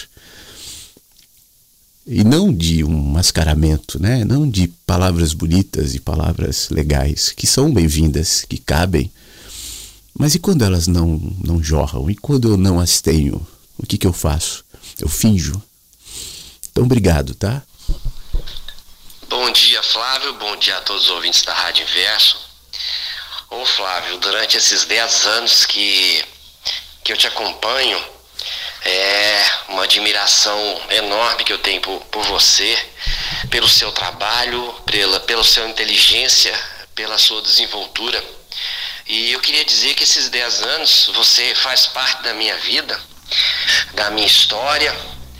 E não de um mascaramento, né? Não de palavras bonitas e palavras legais, que são bem-vindas, que cabem. Mas e quando elas não, não jorram? E quando eu não as tenho? O que que eu faço? Eu finjo. Então, obrigado, tá? Bom dia, Flávio. Bom dia a todos os ouvintes da Rádio Inverso. Ô, Flávio, durante esses dez anos que, que eu te acompanho, é uma admiração enorme que eu tenho por, por você, pelo seu trabalho, pela, pela sua inteligência, pela sua desenvoltura. E eu queria dizer que esses dez anos você faz parte da minha vida, da minha história,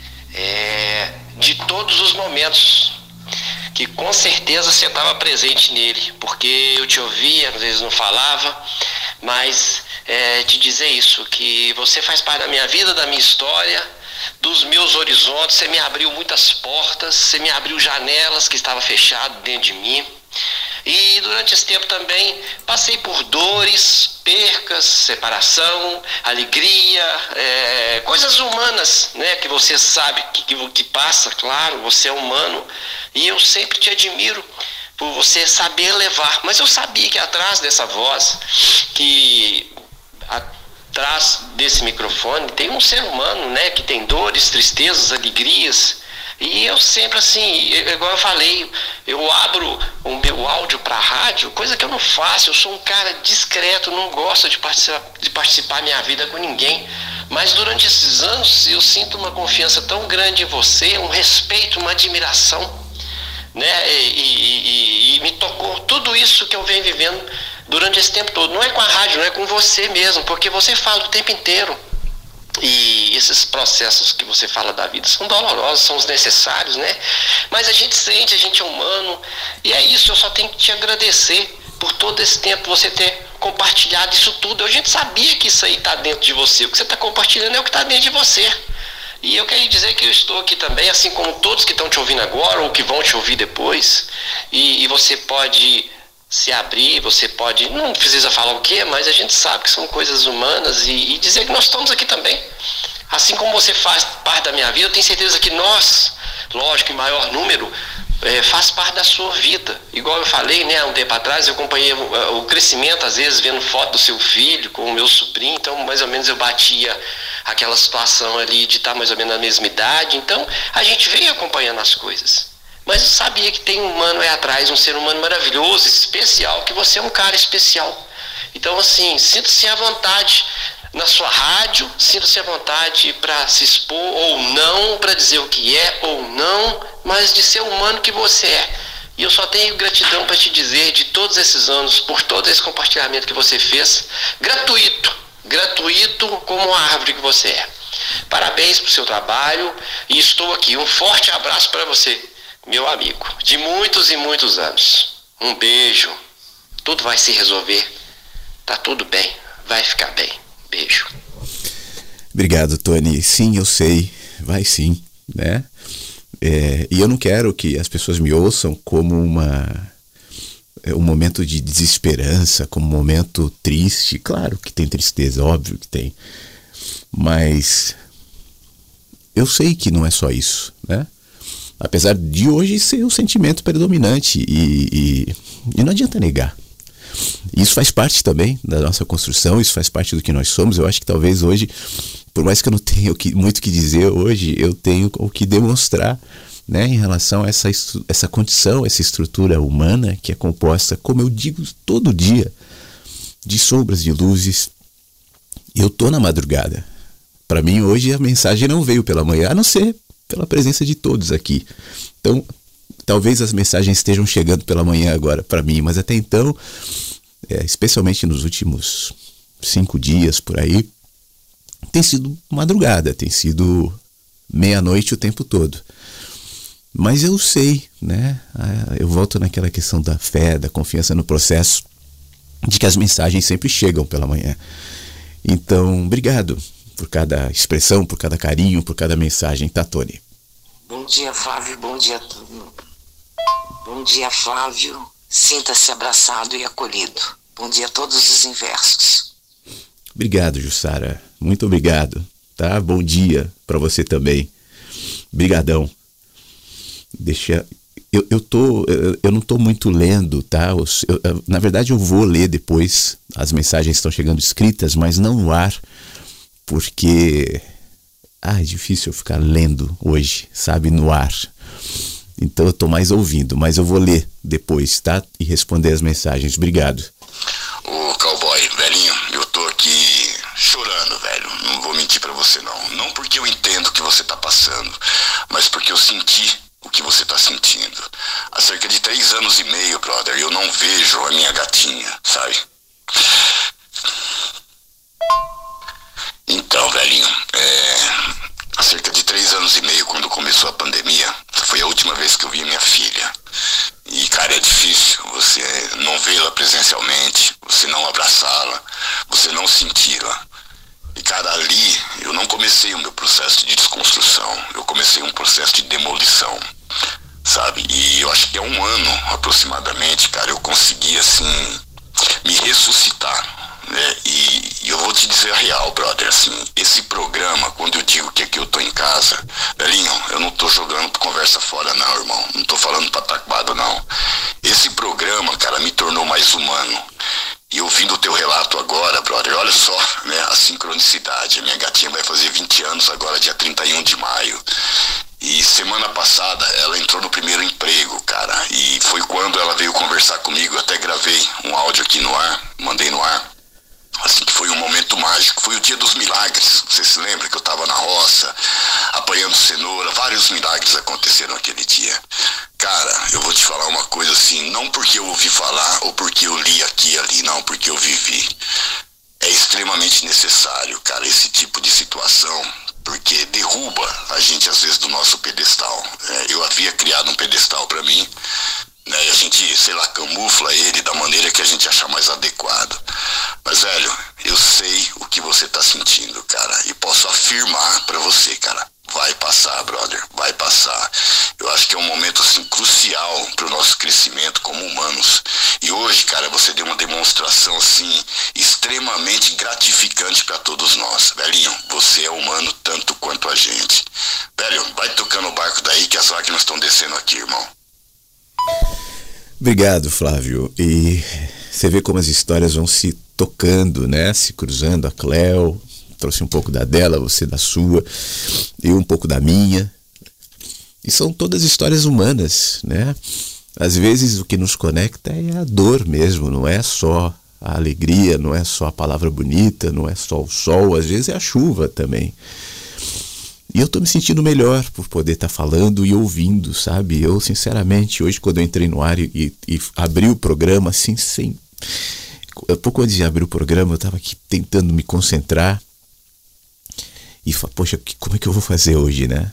é, de todos os momentos, que com certeza você estava presente nele, porque eu te ouvia, às vezes não falava, mas é, te dizer isso, que você faz parte da minha vida, da minha história, dos meus horizontes. Você me abriu muitas portas, você me abriu janelas que estavam fechadas dentro de mim. E durante esse tempo também passei por dores, percas, separação, alegria, é, coisas humanas, né, que você sabe que, que, que passa, claro, você é humano, e eu sempre te admiro por você saber levar. Mas eu sabia que atrás dessa voz, que atrás desse microfone tem um ser humano, né, que tem dores, tristezas, alegrias. E eu sempre assim, igual eu falei, eu abro o meu áudio para rádio, coisa que eu não faço. Eu sou um cara discreto, não gosto de participar, de participar minha vida com ninguém. Mas durante esses anos eu sinto uma confiança tão grande em você, um respeito, uma admiração, né? E, e, e, e me tocou tudo isso que eu venho vivendo durante esse tempo todo. Não é com a rádio, não é com você mesmo, porque você fala o tempo inteiro. E esses processos que você fala da vida são dolorosos, são os necessários, né? Mas a gente sente, a gente é humano. E é isso, eu só tenho que te agradecer por todo esse tempo você ter compartilhado isso tudo. A gente sabia que isso aí está dentro de você. O que você está compartilhando é o que está dentro de você. E eu quero dizer que eu estou aqui também, assim como todos que estão te ouvindo agora ou que vão te ouvir depois. E, e você pode se abrir, você pode, não precisa falar o quê, mas a gente sabe que são coisas humanas, e, e dizer que nós estamos aqui também. Assim como você faz parte da minha vida, eu tenho certeza que nós, lógico, em maior número, é, faz parte da sua vida. Igual eu falei, né, há um tempo atrás, eu acompanhei o, o crescimento, às vezes, vendo foto do seu filho com o meu sobrinho, então mais ou menos eu batia aquela situação ali de estar mais ou menos na mesma idade. Então a gente veio acompanhando as coisas. Mas eu sabia que tem um humano aí atrás, um ser humano maravilhoso, especial, que você é um cara especial. Então, assim, sinta-se à vontade na sua rádio, sinta-se à vontade para se expor ou não, para dizer o que é ou não, mas de ser humano que você é. E eu só tenho gratidão para te dizer, de todos esses anos, por todo esse compartilhamento que você fez, gratuito, gratuito como a árvore que você é. Parabéns pro seu trabalho, e estou aqui. Um forte abraço para você, meu amigo, de muitos e muitos anos. Um beijo. Tudo vai se resolver. Tá tudo bem. Vai ficar bem. Beijo. Obrigado, Tony. Sim, eu sei. Vai sim, né? É, e eu não quero que as pessoas me ouçam como uma, um momento de desesperança, como um momento triste. Claro que tem tristeza, óbvio que tem. Mas eu sei que não é só isso, né? Apesar de hoje ser o sentimento predominante, e, e, e não adianta negar. Isso faz parte também da nossa construção, isso faz parte do que nós somos. Eu acho que talvez hoje, por mais que eu não tenha o que, muito o que dizer hoje, eu tenho o que demonstrar, né, em relação a essa, essa condição, essa estrutura humana que é composta, como eu digo todo dia, de sombras, de luzes. Eu tô na madrugada. Para mim hoje a mensagem não veio pela manhã, a não ser pela presença de todos aqui. Então, talvez as mensagens estejam chegando pela manhã agora para mim, mas até então, é, especialmente nos últimos cinco dias por aí, tem sido madrugada, tem sido meia-noite o tempo todo. Mas eu sei, né? Eu volto naquela questão da fé, da confiança no processo, de que as mensagens sempre chegam pela manhã. Então, obrigado por cada expressão, por cada carinho, por cada mensagem, tá, Tony? Bom dia, Flávio, bom dia a todos. Bom dia, Flávio. Sinta-se abraçado e acolhido. Bom dia a todos os inversos. Obrigado, Jussara. Muito obrigado, tá? Bom dia para você também. Brigadão. Deixa... Eu, eu, tô, eu não tô muito lendo, tá? Eu, eu, na verdade, eu vou ler depois. As mensagens estão chegando escritas, mas não no ar, porque... Ah, é difícil eu ficar lendo hoje, sabe? No ar. Então eu tô mais ouvindo, mas eu vou ler depois, tá? E responder as mensagens. Obrigado. Ô, cowboy, velhinho, eu tô aqui chorando, velho. Não vou mentir pra você, não. Não porque eu entendo o que você tá passando, mas porque eu senti o que você tá sentindo. Há cerca de três anos e meio, brother, eu não vejo a minha gatinha, sabe? profundamente, você não abraçá-la, você não senti-la. E, cara, ali eu não comecei o meu processo de desconstrução, eu comecei um processo de demolição, sabe? E eu acho que há um ano, aproximadamente, cara, eu consegui, assim, me ressuscitar. Né? E, e eu vou te dizer a real, brother, assim, esse programa, quando eu digo que aqui eu tô em casa, velhinho, eu não tô jogando conversa fora não, irmão, não tô falando pataquada não. Esse programa, cara, me tornou mais humano. E ouvindo o teu relato agora, brother, olha só, né, a sincronicidade. A minha gatinha vai fazer vinte anos agora, dia trinta e um de maio. E semana passada ela entrou no primeiro emprego, cara, e foi quando ela veio conversar comigo. Eu até gravei um áudio aqui no ar, mandei no ar. Assim, que foi um momento mágico, foi o dia dos milagres. Você se lembra que eu tava na roça, apanhando cenoura, vários milagres aconteceram aquele dia. Cara, eu vou te falar uma coisa assim, não porque eu ouvi falar ou porque eu li aqui e ali, não, porque eu vivi. É extremamente necessário, cara, esse tipo de situação, porque derruba a gente às vezes do nosso pedestal. É, eu havia criado um pedestal pra mim, né, e a gente, sei lá, camufla ele da maneira que a gente achar mais adequado. Mas, velho, eu sei o que você tá sentindo, cara, e posso afirmar pra você, cara, vai passar, brother, vai passar. Eu acho que é um momento, assim, crucial pro nosso crescimento como humanos. E hoje, cara, você deu uma demonstração, assim, extremamente gratificante pra todos nós. Velhinho, você é humano tanto quanto a gente. Velho, vai tocando o barco daí que as lágrimas estão descendo aqui, irmão. Obrigado, Flávio. E você vê como as histórias vão se tocando, né? Se cruzando. A Cleo trouxe um pouco da dela, você da sua, eu um pouco da minha. E são todas histórias humanas, né? Às vezes o que nos conecta é a dor mesmo, não é só a alegria, não é só a palavra bonita, não é só o sol, às vezes é a chuva também. E eu tô me sentindo melhor por poder estar tá falando e ouvindo, sabe? Eu, sinceramente, hoje quando eu entrei no ar e, e, e abri o programa, assim, sem... Pouco antes de abrir o programa, eu tava aqui tentando me concentrar. E falei, poxa, como é que eu vou fazer hoje, né?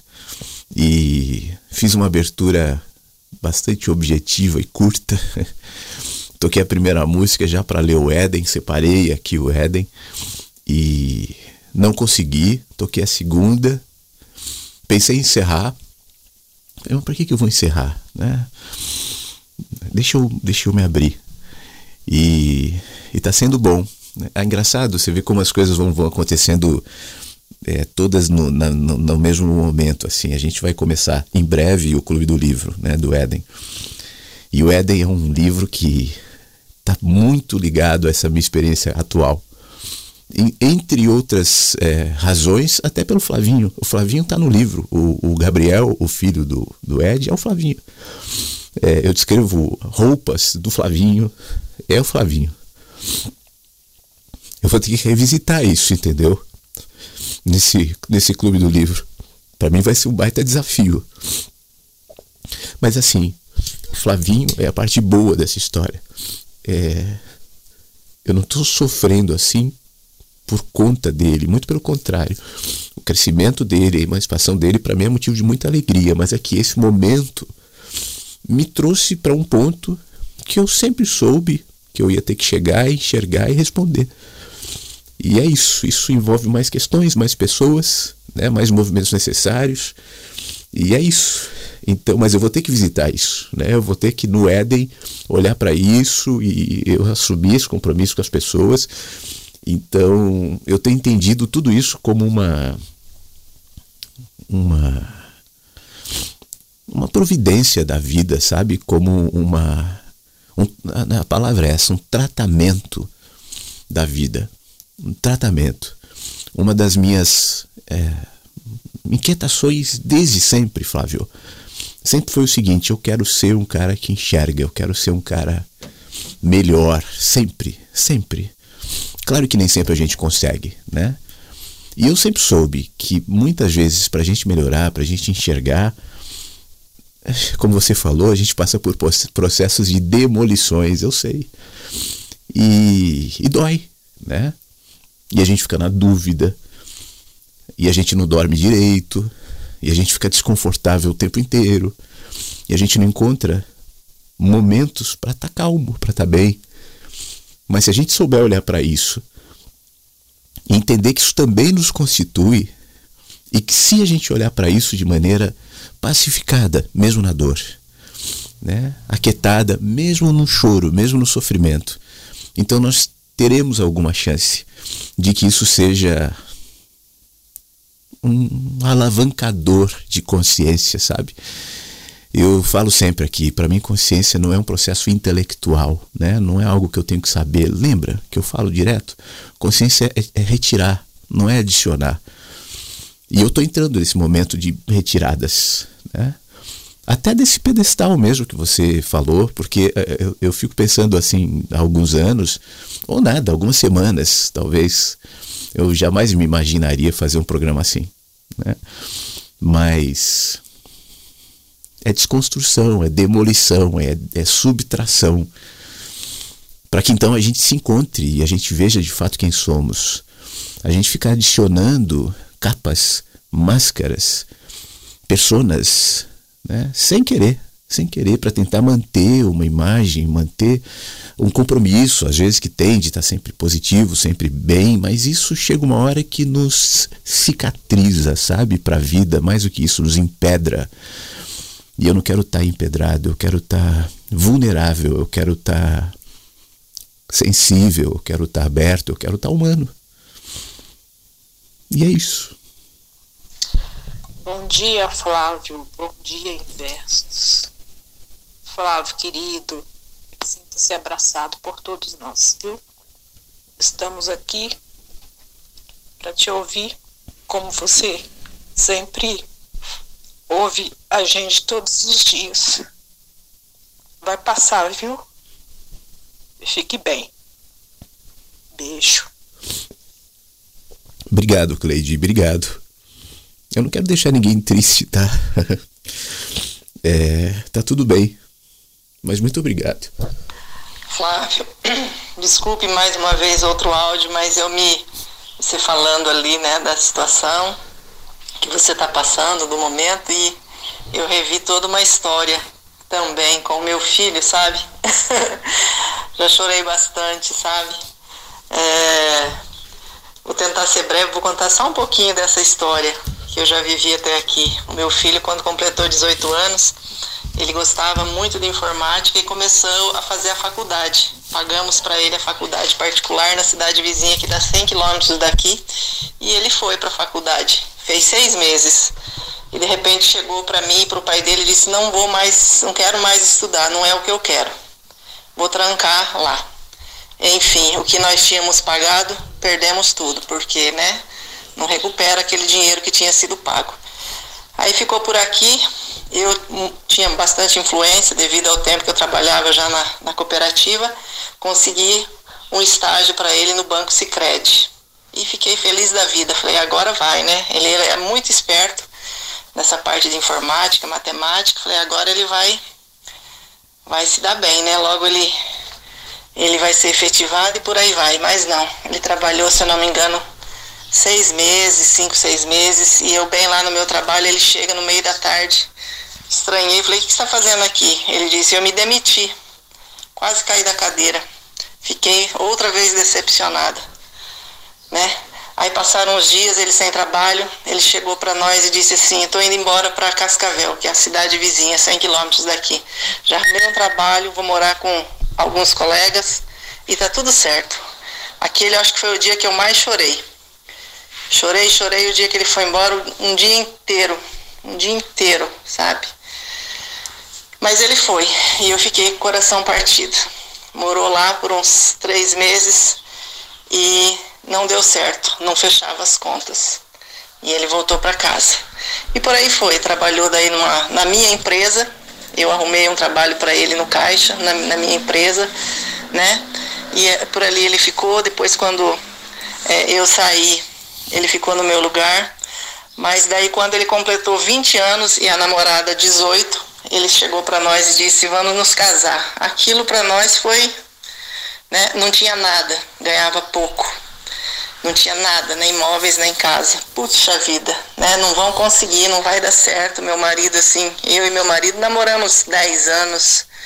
E fiz uma abertura bastante objetiva e curta. Toquei a primeira música já para ler o Éden, separei aqui o Éden. E não consegui, toquei a segunda. Pensei em encerrar. Mas para que que eu vou encerrar, né? Deixa eu, deixa eu me abrir. E, e tá sendo bom. É engraçado, você vê como as coisas vão, vão acontecendo é, todas no, na, no, no mesmo momento. Assim, a gente vai começar em breve o Clube do Livro, né, do Éden. E o Éden é um livro que tá muito ligado a essa minha experiência atual. Entre outras é, razões, até pelo Flavinho. O Flavinho está no livro. O, o Gabriel, o filho do, do Ed, é o Flavinho. É, eu descrevo roupas do Flavinho, é o Flavinho. Eu vou ter que revisitar isso, entendeu? Nesse, nesse Clube do Livro. Para mim vai ser um baita desafio. Mas assim, o Flavinho é a parte boa dessa história. É, eu não estou sofrendo assim por conta dele, muito pelo contrário. O crescimento dele, a emancipação dele, para mim é motivo de muita alegria, mas é que esse momento me trouxe para um ponto que eu sempre soube que eu ia ter que chegar, enxergar e responder. E é isso, isso envolve mais questões, mais pessoas, né, mais movimentos necessários, e é isso. Então, mas eu vou ter que visitar isso, né? Eu vou ter que no Éden olhar para isso e eu assumir esse compromisso com as pessoas. Então, eu tenho entendido tudo isso como uma uma uma providência da vida, sabe? Como uma um, a palavra é essa, um tratamento da vida, um tratamento. Uma das minhas é, inquietações desde sempre, Flávio, sempre foi o seguinte: eu quero ser um cara que enxerga, eu quero ser um cara melhor, sempre, sempre. Claro que nem sempre a gente consegue, né? E eu sempre soube que muitas vezes pra gente melhorar, pra gente enxergar, como você falou, a gente passa por processos de demolições, eu sei. E, e dói, né? E a gente fica na dúvida, e a gente não dorme direito, e a gente fica desconfortável o tempo inteiro, e a gente não encontra momentos para estar calmo, para estar bem. Mas se a gente souber olhar para isso, e entender que isso também nos constitui, e que se a gente olhar para isso de maneira pacificada, mesmo na dor, né? Aquietada, mesmo no choro, mesmo no sofrimento, então nós teremos alguma chance de que isso seja um alavancador de consciência, sabe? Eu falo sempre aqui, para mim consciência não é um processo intelectual, né? Não é algo que eu tenho que saber. Lembra que eu falo direto? Consciência é, é retirar, não é adicionar. E eu estou entrando nesse momento de retiradas, né? Até desse pedestal mesmo que você falou, porque eu, eu fico pensando assim, há alguns anos, ou nada, algumas semanas, talvez, eu jamais me imaginaria fazer um programa assim, né? Mas é desconstrução, é demolição, é, é subtração, para que então a gente se encontre e a gente veja de fato quem somos. A gente fica adicionando capas, máscaras, personas, né? Sem querer, sem querer, para tentar manter uma imagem, manter um compromisso, às vezes que tem de estar sempre positivo, sempre bem, mas isso chega uma hora que nos cicatriza, sabe, para a vida, mais do que isso, nos empedra. E eu não quero estar empedrado, eu quero estar vulnerável, eu quero estar sensível, eu quero estar aberto, eu quero estar humano. E é isso. Bom dia, Flávio. Bom dia, Inversos. Flávio, querido, sinta-se abraçado por todos nós, viu? Estamos aqui para te ouvir como você sempre ouve a gente todos os dias. Vai passar, viu? Fique bem. Beijo. Obrigado, Cleide, obrigado. Eu não quero deixar ninguém triste, tá? É, tá tudo bem. Mas muito obrigado. Flávio, desculpe mais uma vez outro áudio, mas eu me... Você falando ali, né, da situação que você tá passando, do momento, e eu revi toda uma história também com o meu filho, sabe? Já chorei bastante, sabe? É... Vou tentar ser breve, vou contar só um pouquinho dessa história que eu já vivi até aqui. O meu filho, quando completou dezoito anos, ele gostava muito de informática e começou a fazer a faculdade. Pagamos para ele a faculdade particular na cidade vizinha, que dá cem quilômetros daqui, e ele foi para a faculdade. Fez seis meses. E de repente chegou para mim e para o pai dele e disse: não vou mais, não quero mais estudar, não é o que eu quero. Vou trancar lá. Enfim, o que nós tínhamos pagado, perdemos tudo, porque, né, não recupera aquele dinheiro que tinha sido pago. Aí ficou por aqui. Eu tinha bastante influência devido ao tempo que eu trabalhava já na, na cooperativa. Consegui um estágio para ele no Banco Sicredi. E fiquei feliz da vida. Falei, agora vai, né? Ele é muito esperto nessa parte de informática, matemática. Falei, agora ele vai, vai se dar bem, né? Logo ele, ele vai ser efetivado e por aí vai. Mas não, ele trabalhou, se eu não me engano, seis meses, cinco, seis meses. E eu bem lá no meu trabalho, ele chega no meio da tarde. Estranhei, falei, o que você está fazendo aqui? Ele disse, eu me demiti. Quase caí da cadeira. Fiquei outra vez decepcionada, né? Aí passaram uns dias, ele sem trabalho, ele chegou para nós e disse assim, estou indo embora para Cascavel, que é a cidade vizinha, cem quilômetros daqui. Já arrumei um trabalho, vou morar com alguns colegas e tá tudo certo. Aquele eu acho que foi o dia que eu mais chorei. Chorei, chorei o dia que ele foi embora, um dia inteiro, um dia inteiro, sabe? Mas ele foi, e eu fiquei com o coração partido. Morou lá por uns três meses e não deu certo, não fechava as contas. E ele voltou para casa. E por aí foi, trabalhou daí numa, na minha empresa. Eu arrumei um trabalho para ele no caixa, na, na minha empresa, né? E por ali ele ficou, depois quando é, eu saí, ele ficou no meu lugar. Mas daí quando ele completou vinte anos e a namorada dezoito, ele chegou para nós e disse, vamos nos casar. Aquilo para nós foi, né, não tinha nada, ganhava pouco. Não tinha nada, nem imóveis, nem casa. Puxa vida, né, não vão conseguir, não vai dar certo. Meu marido, assim, eu e meu marido namoramos dez anos.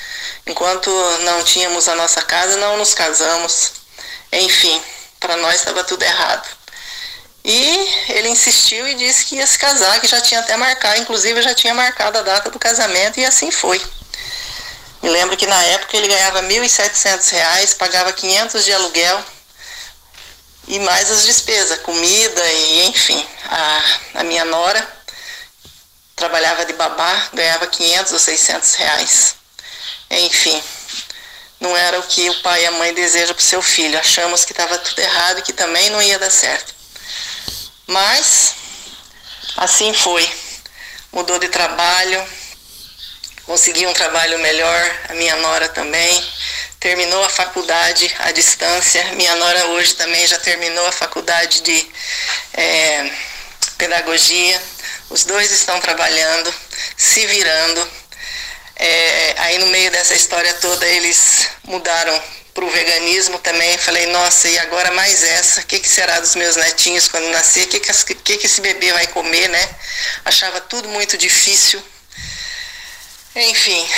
Enquanto não tínhamos a nossa casa, não nos casamos. Enfim, para nós estava tudo errado. E ele insistiu e disse que ia se casar, que já tinha até marcado, inclusive já tinha marcado a data do casamento, e assim foi. Me lembro que na época ele ganhava mil e setecentos reais, pagava quinhentos de aluguel e mais as despesas, comida e enfim. A, a minha nora trabalhava de babá, ganhava quinhentos ou seiscentos reais. Enfim, não era o que o pai e a mãe desejam para o seu filho. Achamos que estava tudo errado e que também não ia dar certo. Mas assim foi. Mudou de trabalho, consegui um trabalho melhor, a minha nora também. Terminou a faculdade à distância. Minha nora hoje também já terminou a faculdade de é, pedagogia. Os dois estão trabalhando, se virando. É, aí no meio dessa história toda eles mudaram para o veganismo também. Falei, nossa, e agora mais essa? O que, que será dos meus netinhos quando nascer? O que, que, que, que esse bebê vai comer, né? Achava tudo muito difícil. Enfim,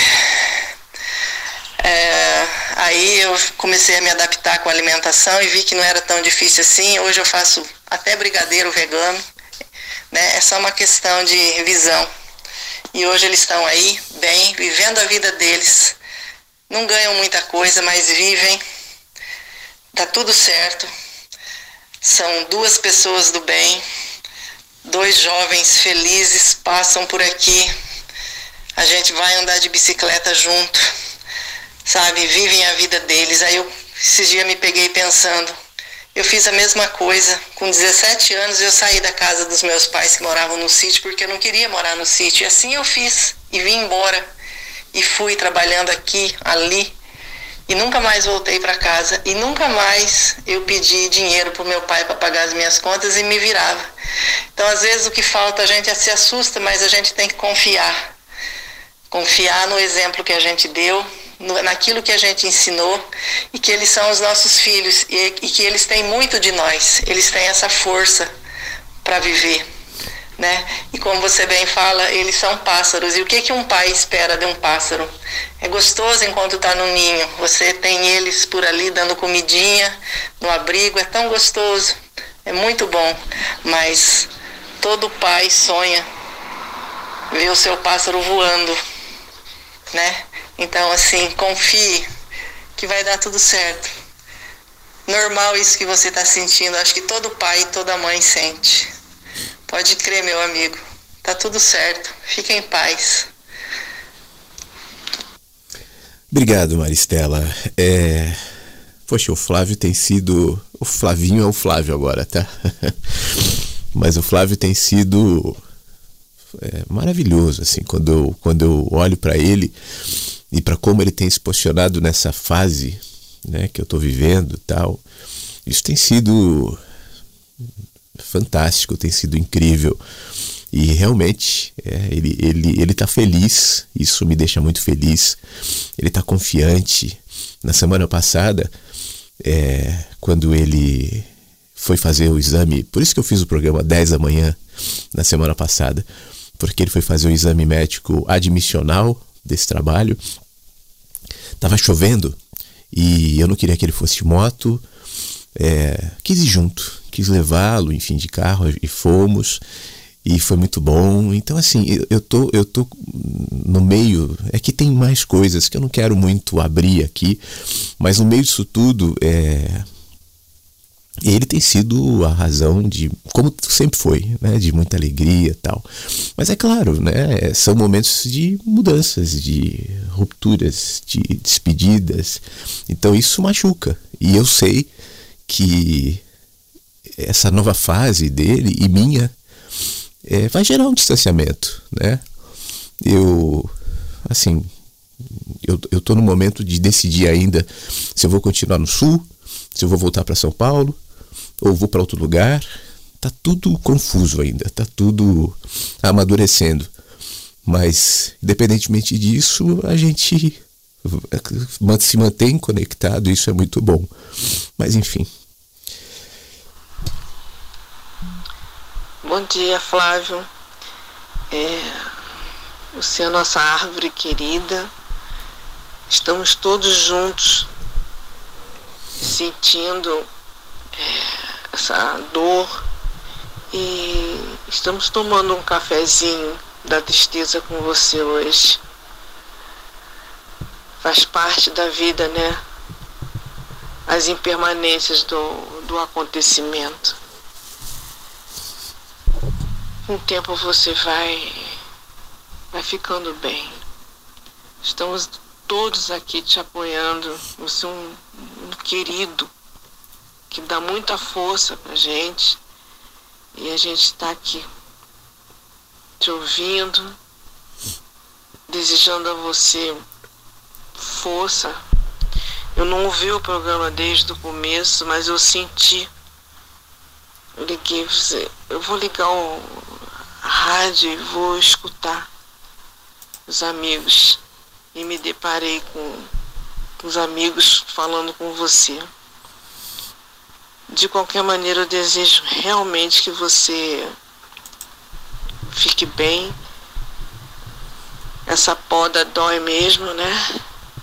é, aí eu comecei a me adaptar com a alimentação e vi que não era tão difícil assim. Hoje eu faço até brigadeiro vegano, né? É só uma questão de visão. E hoje eles estão aí, bem, vivendo a vida deles. Não ganham muita coisa, mas vivem. Tá tudo certo. São duas pessoas do bem. Dois jovens felizes passam por aqui. A gente vai andar de bicicleta junto, sabe? Vivem a vida deles. Aí eu, esses dias me peguei pensando, eu fiz a mesma coisa. Com dezessete anos eu saí da casa dos meus pais que moravam no sítio, porque eu não queria morar no sítio. E assim eu fiz, e vim embora. E fui trabalhando aqui, ali, e nunca mais voltei para casa. E nunca mais eu pedi dinheiro para o meu pai para pagar as minhas contas e me virava. Então, às vezes, o que falta, a gente se assusta, mas a gente tem que confiar. Confiar no exemplo que a gente deu, no, naquilo que a gente ensinou, e que eles são os nossos filhos, e, e que eles têm muito de nós. Eles têm essa força para viver, né? E como você bem fala, eles são pássaros. E o que, que um pai espera de um pássaro? É gostoso enquanto está no ninho. Você tem eles por ali dando comidinha, no abrigo, é tão gostoso. É muito bom. Mas todo pai sonha ver o seu pássaro voando, né? Então, assim, confie que vai dar tudo certo. Normal isso que você está sentindo. Acho que todo pai e toda mãe sente. Pode crer, meu amigo. Tá tudo certo. Fica em paz. Obrigado, Maristela. É... Poxa, o Flávio tem sido... O Flavinho é o Flávio agora, tá? Mas o Flávio tem sido é, maravilhoso, assim, quando eu, quando eu olho para ele e para como ele tem se posicionado nessa fase, né, que eu tô vivendo e tal. Isso tem sido fantástico, tem sido incrível. E realmente é, ele, ele, ele tá feliz, isso me deixa muito feliz. Ele tá confiante. Na semana passada, é, quando ele foi fazer o exame, por isso que eu fiz o programa dez da manhã na semana passada, porque ele foi fazer o exame médico admissional desse trabalho. Tava chovendo e eu não queria que ele fosse de moto, é, quis ir junto, quis levá-lo, enfim, de carro, e fomos. E foi muito bom. Então, assim, eu tô, eu tô no meio... É que tem mais coisas que eu não quero muito abrir aqui, mas no meio disso tudo, é, ele tem sido a razão de... Como sempre foi, né? De muita alegria e tal. Mas é claro, né? São momentos de mudanças, de rupturas, de despedidas. Então isso machuca. E eu sei que essa nova fase dele e minha... É, vai gerar um distanciamento, né? Eu, assim, eu, eu tô no momento de decidir ainda se eu vou continuar no Sul, se eu vou voltar para São Paulo, ou vou para outro lugar. Tá tudo confuso ainda, tá tudo amadurecendo. Mas, independentemente disso, a gente se mantém conectado, isso é muito bom. Mas, enfim... Bom dia, Flávio. É, você é a nossa árvore querida. Estamos todos juntos sentindo é, essa dor e estamos tomando um cafezinho da tristeza com você hoje. Faz parte da vida, né? As impermanências do, do acontecimento. Com o tempo você vai, vai ficando bem. Estamos todos aqui te apoiando. Você é um, um querido que dá muita força pra gente. E a gente está aqui te ouvindo, desejando a você força. Eu não ouvi o programa desde o começo, mas eu senti. Eu liguei, eu vou ligar o, a rádio e vou escutar os amigos. E me deparei com os amigos falando com você. De qualquer maneira, eu desejo realmente que você fique bem. Essa poda dói mesmo, né?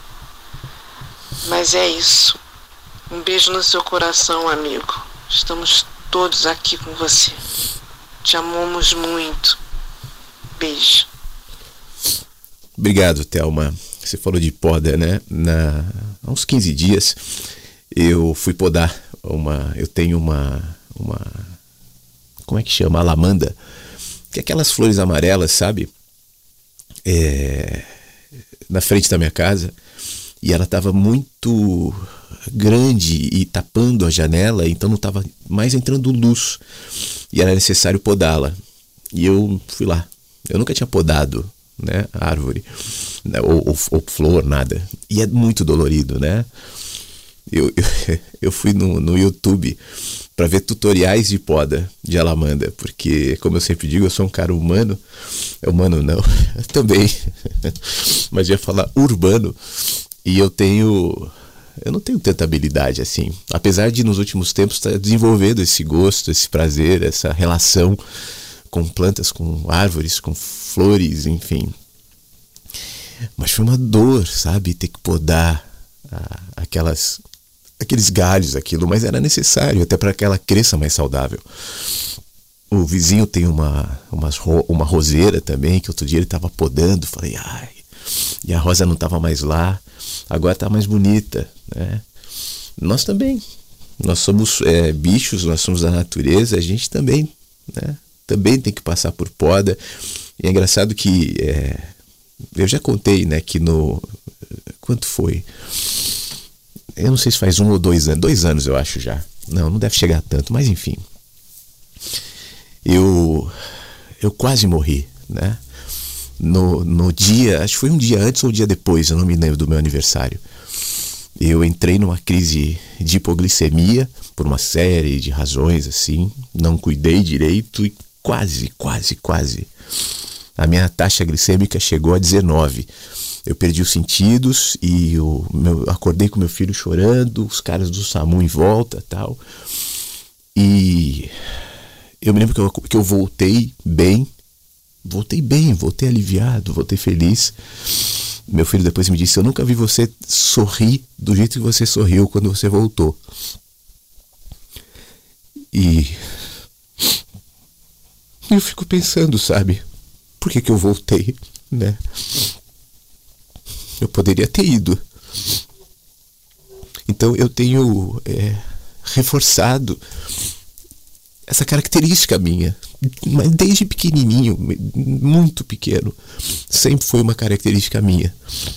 Mas é isso. Um beijo no seu coração, amigo. Estamos todos aqui com você. Te amamos muito. Beijo. Obrigado, Thelma. Você falou de poda, né? Na... Há uns quinze dias eu fui podar uma... Eu tenho uma... uma... Como é que chama? Alamanda. Que é aquelas flores amarelas, sabe? É... Na frente da minha casa. E ela estava muito grande e tapando a janela, então não estava mais entrando luz. E era necessário podá-la. E eu fui lá. Eu nunca tinha podado, né, a árvore, né, ou, ou, ou flor, nada. E é muito dolorido, né? Eu, eu, eu fui no, no YouTube para ver tutoriais de poda de alamanda, porque, como eu sempre digo, eu sou um cara humano. É humano não, também, mas ia falar urbano. E eu tenho... Eu não tenho tanta habilidade assim. Apesar de nos últimos tempos estar desenvolvendo esse gosto, esse prazer, essa relação com plantas, com árvores, com flores, enfim. Mas foi uma dor, sabe? Ter que podar ah, aquelas, aqueles galhos, aquilo. Mas era necessário, até para que ela cresça mais saudável. O vizinho tem uma, uma, uma roseira também, que outro dia ele estava podando. Falei, ai... E a rosa não estava mais lá. Agora está mais bonita, né? Nós também. Nós somos é, bichos, nós somos da natureza. A gente também, né? Também tem que passar por poda. E é engraçado que é, eu já contei, né, que no... Quanto foi? Eu não sei se faz um ou dois anos. Dois anos eu acho já. Não, não deve chegar tanto, mas enfim. Eu, eu quase morri, né? No, no dia, acho que foi um dia antes ou um dia depois, eu não me lembro do meu aniversário. Eu entrei numa crise de hipoglicemia por uma série de razões, assim. Não cuidei direito e quase, quase, quase. A minha taxa glicêmica chegou a dezenove. Eu perdi os sentidos e eu, meu, acordei com meu filho chorando, os caras do SAMU em volta e tal. E eu me lembro que eu, que eu voltei bem. Voltei bem, voltei aliviado, voltei feliz. Meu filho depois me disse, eu nunca vi você sorrir do jeito que você sorriu quando você voltou. E eu fico pensando, sabe, por que que eu voltei, né? Eu poderia ter ido. Então eu tenho é, reforçado essa característica minha, mas desde pequenininho, muito pequeno, sempre foi uma característica minha,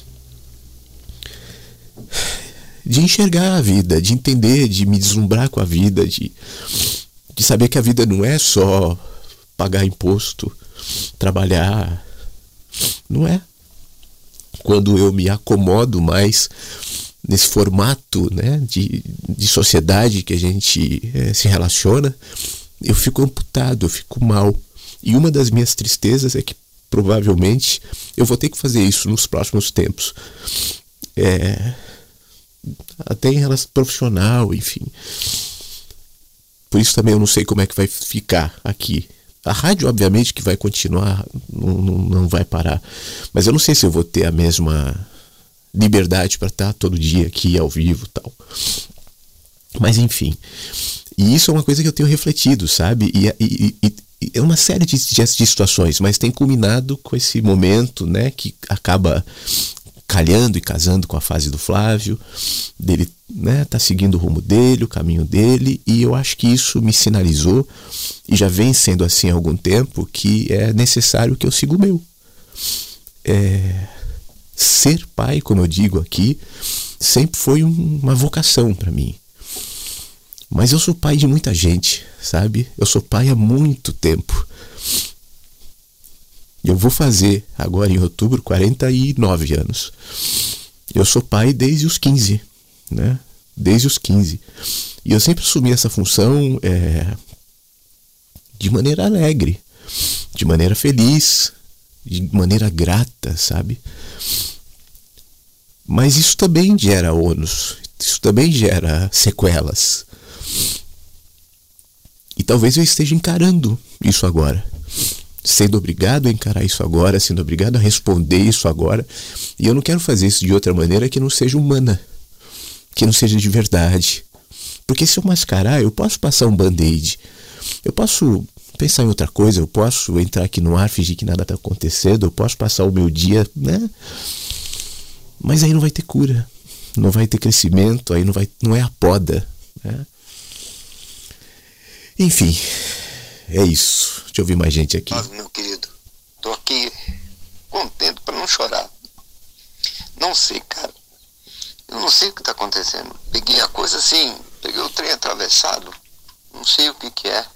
de enxergar a vida, de entender, de me deslumbrar com a vida, de, de saber que a vida não é só pagar imposto, trabalhar, não é. Quando eu me acomodo mais nesse formato, né, de, de sociedade que a gente é, se relaciona, eu fico amputado, eu fico mal. E uma das minhas tristezas é que provavelmente eu vou ter que fazer isso nos próximos tempos. É, até em relação profissional, enfim. Por isso também eu não sei como é que vai ficar aqui. A rádio, obviamente, que vai continuar, não, não, não vai parar. Mas eu não sei se eu vou ter a mesma liberdade para estar todo dia aqui ao vivo e tal. Mas enfim, e isso é uma coisa que eu tenho refletido, sabe? E, e, e, e é uma série de, de, de situações, mas tem culminado com esse momento, né, que acaba calhando e casando com a fase do Flávio, dele, né, tá seguindo o rumo dele, o caminho dele, e eu acho que isso me sinalizou, e já vem sendo assim há algum tempo, que é necessário que eu siga o meu. É, ser pai, como eu digo aqui, sempre foi um, uma vocação para mim. Mas eu sou pai de muita gente, sabe? Eu sou pai há muito tempo. Eu vou fazer agora em outubro quarenta e nove anos. Eu sou pai desde os quinze, né? Desde os quinze. E eu sempre assumi essa função é, de maneira alegre, de maneira feliz, de maneira grata, sabe? Mas isso também gera ônus, isso também gera sequelas. E talvez eu esteja encarando isso agora, sendo obrigado a encarar isso agora, sendo obrigado a responder isso agora. E eu não quero fazer isso de outra maneira que não seja humana, que não seja de verdade. Porque se eu mascarar, eu posso passar um band-aid, eu posso pensar em outra coisa, eu posso entrar aqui no ar, fingir que nada está acontecendo, eu posso passar o meu dia, né? Mas aí não vai ter cura, não vai ter crescimento, aí não, vai, não é a poda, né? Enfim, é isso. Deixa eu ouvir mais gente aqui. Mas, meu querido, tô aqui contente para não chorar. Não sei, cara. Eu não sei o que tá acontecendo. Peguei a coisa assim, peguei o trem atravessado. Não sei o que que é.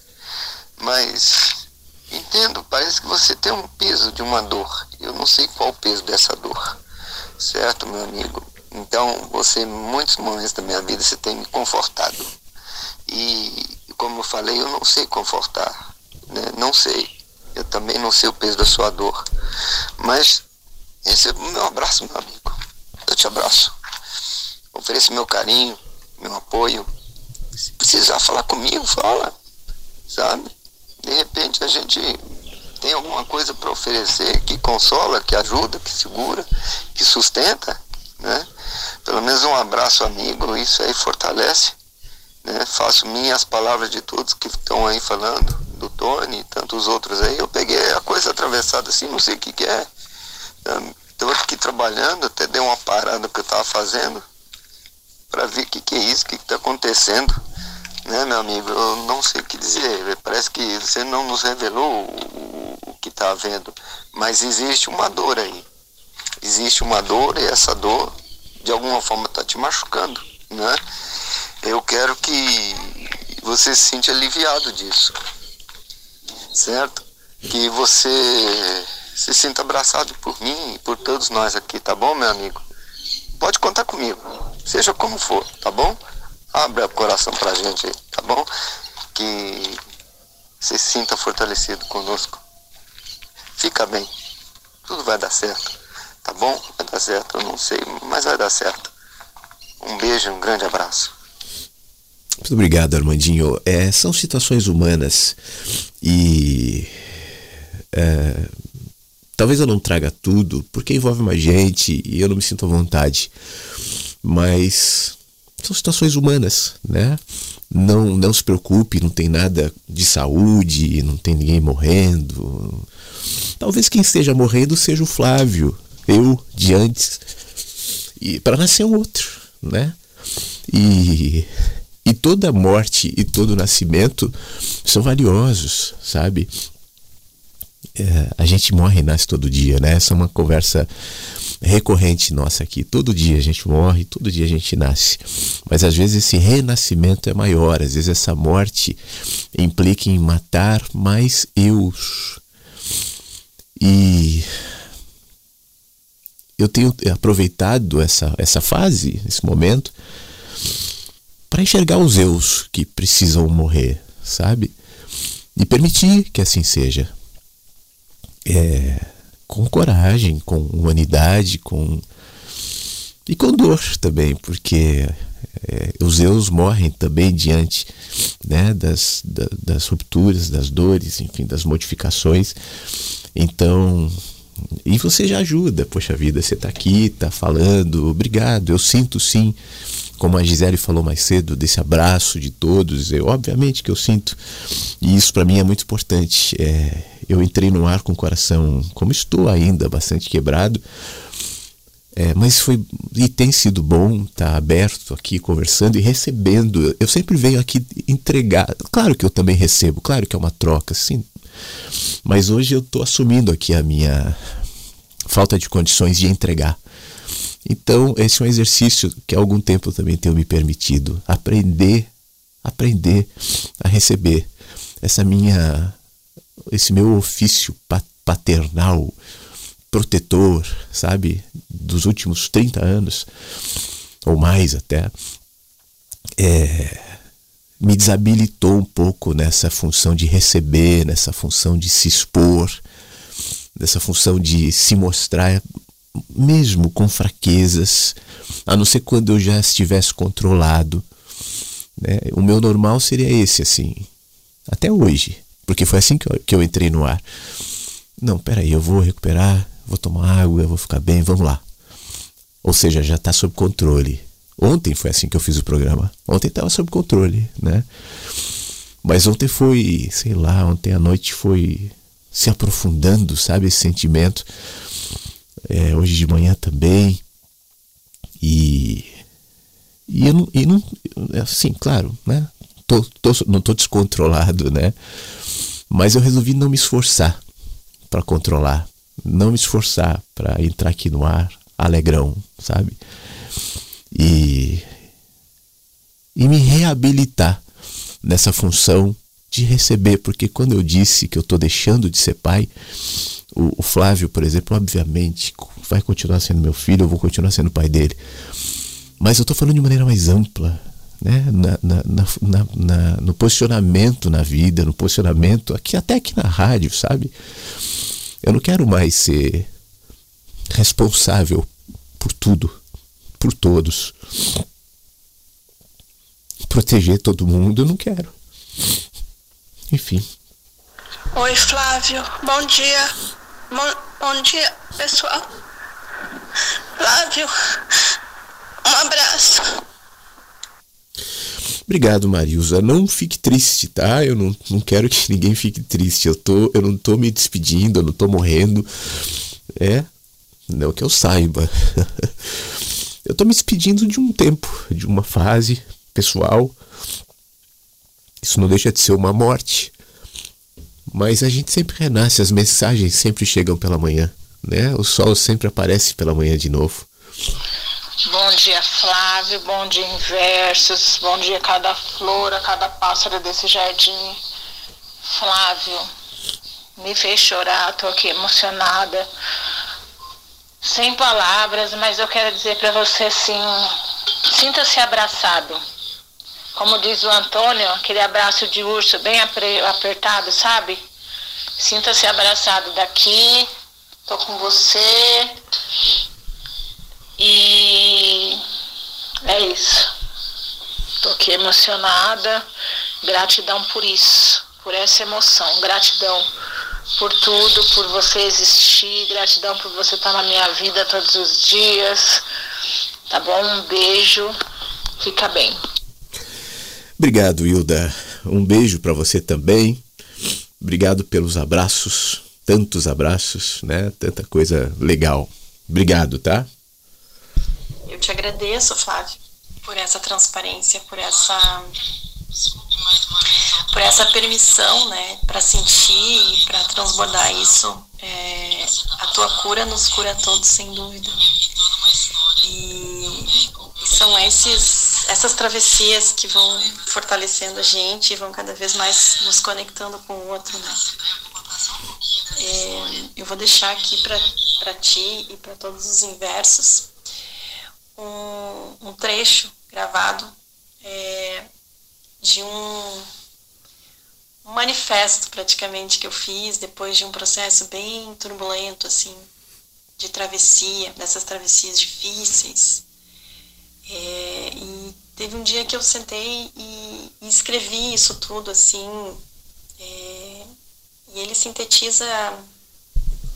Mas entendo, parece que você tem um peso de uma dor. Eu não sei qual o peso dessa dor. Certo, meu amigo? Então, você, muitos momentos da minha vida, você tem me confortado. E, como eu falei, eu não sei confortar, né? Não sei. Eu também não sei o peso da sua dor. Mas, receba o meu abraço, meu amigo. Eu te abraço. Ofereço meu carinho, meu apoio. Se precisar falar comigo, fala. Sabe? De repente a gente tem alguma coisa para oferecer que consola, que ajuda, que segura, que sustenta, né? Pelo menos um abraço amigo, isso aí fortalece, né? Faço minhas as palavras de todos que estão aí falando, do Tony e tantos outros aí. Eu peguei a coisa atravessada assim, não sei o que que é. Estou aqui trabalhando, até dei uma parada no que eu estava fazendo para ver o que que é isso, o que está acontecendo, né, meu amigo? Eu não sei o que dizer. Parece que você não nos revelou o, o que está havendo, mas existe uma dor aí. Existe uma dor e essa dor de alguma forma está te machucando, né? Eu quero que você se sinta aliviado disso, certo? Que você se sinta abraçado por mim e por todos nós aqui, tá bom, meu amigo? Pode contar comigo, seja como for, tá bom? Abre o coração pra gente aí, tá bom? Que você se sinta fortalecido conosco. Fica bem, tudo vai dar certo, tá bom? Vai dar certo, eu não sei, mas vai dar certo. Um beijo, um grande abraço. Muito obrigado, Armandinho. É, são situações humanas e é, talvez eu não traga tudo, porque envolve mais gente e eu não me sinto à vontade, mas são situações humanas, né? Não, não se preocupe, não tem nada de saúde, não tem ninguém morrendo. Talvez quem esteja morrendo seja o Flávio, eu de antes, e para nascer um outro, né? E, e toda morte e todo nascimento são valiosos, sabe? É, a gente morre e nasce todo dia, né? Essa é uma conversa recorrente nossa aqui. Todo dia a gente morre, todo dia a gente nasce. Mas às vezes esse renascimento é maior. Às vezes essa morte implica em matar mais eus. E eu tenho aproveitado essa, essa fase, esse momento, para enxergar os eus que precisam morrer, sabe? E permitir que assim seja. É, com coragem, com humanidade, com e com dor também, porque é, os eus morrem também diante, né, das, da, das rupturas, das dores, enfim, das modificações. Então E você já ajuda, poxa vida, você tá aqui, tá falando, obrigado, eu sinto sim, como a Gisele falou mais cedo, desse abraço de todos, eu, obviamente que eu sinto, e isso para mim é muito importante. É, eu entrei no ar com o coração, como estou ainda, bastante quebrado, é, mas foi e tem sido bom estar aberto aqui, conversando e recebendo. Eu sempre venho aqui entregar, claro que eu também recebo, claro que é uma troca, sim, mas hoje eu estou assumindo aqui a minha falta de condições de entregar. Então esse é um exercício que há algum tempo eu também tenho me permitido, aprender, aprender a receber essa minha, esse meu ofício paternal, protetor, sabe, dos últimos trinta anos, ou mais até, é, me desabilitou um pouco nessa função de receber, nessa função de se expor, nessa função de se mostrar mesmo com fraquezas, a não ser quando eu já estivesse controlado, né? O meu normal seria esse, assim, até hoje, porque foi assim que eu, que eu entrei no ar. Não, peraí, eu vou recuperar, vou tomar água, eu vou ficar bem, vamos lá. Ou seja, já está sob controle. Ontem foi assim que eu fiz o programa. Ontem estava sob controle, né? Mas ontem foi, sei lá, ontem à noite foi se aprofundando, sabe, esse sentimento. É, hoje de manhã também. E, e eu não, e não assim, claro, né? Tô, tô, não estou descontrolado, né? Mas eu resolvi não me esforçar para controlar, não me esforçar para entrar aqui no ar alegrão, sabe? E, e me reabilitar nessa função de receber, porque quando eu disse que eu estou deixando de ser pai, o, o Flávio, por exemplo, obviamente vai continuar sendo meu filho, eu vou continuar sendo pai dele, mas eu estou falando de maneira mais ampla, né? na, na, na, na, no posicionamento na vida, no posicionamento aqui, até aqui na rádio, sabe? Eu não quero mais ser responsável por tudo, por todos. Proteger todo mundo, eu não quero. Enfim. Oi, Flávio. Bom dia. Bom, bom dia, pessoal. Flávio, um abraço. Obrigado, Marilza. Não fique triste, tá? Eu não, não quero que ninguém fique triste. Eu, tô, eu não tô me despedindo, eu não tô morrendo. É, não que eu saiba. Eu tô me despedindo de um tempo, de uma fase pessoal. Isso não deixa de ser uma morte. Mas a gente sempre renasce, as mensagens sempre chegam pela manhã, né? O sol sempre aparece pela manhã de novo. Bom dia, Flávio, bom dia, Inversos, bom dia a cada flor, a cada pássaro desse jardim. Flávio, me fez chorar, tô aqui emocionada, sem palavras, mas eu quero dizer para você assim, sinta-se abraçado. Como diz o Antônio, aquele abraço de urso bem apertado, sabe? Sinta-se abraçado daqui, tô com você. E é isso. Tô aqui emocionada. Gratidão por isso, por essa emoção. Gratidão por tudo, por você existir. Gratidão por você estar na minha vida todos os dias. Tá bom? Um beijo. Fica bem. Obrigado, Hilda. Um beijo para você também. Obrigado pelos abraços. Tantos abraços, né? Tanta coisa legal. Obrigado, tá? Eu te agradeço, Flávio, por essa transparência, por essa, por essa permissão, né, para sentir e para transbordar isso. É, a tua cura nos cura a todos, sem dúvida. E, e são esses, essas travessias que vão fortalecendo a gente e vão cada vez mais nos conectando com o outro, né? É, eu vou deixar aqui para ti e para todos os inversos Um, um trecho gravado é, de um, um manifesto praticamente que eu fiz depois de um processo bem turbulento, assim, de travessia, dessas travessias difíceis. É, e teve um dia que eu sentei e, e escrevi isso tudo, assim, é, e ele sintetiza um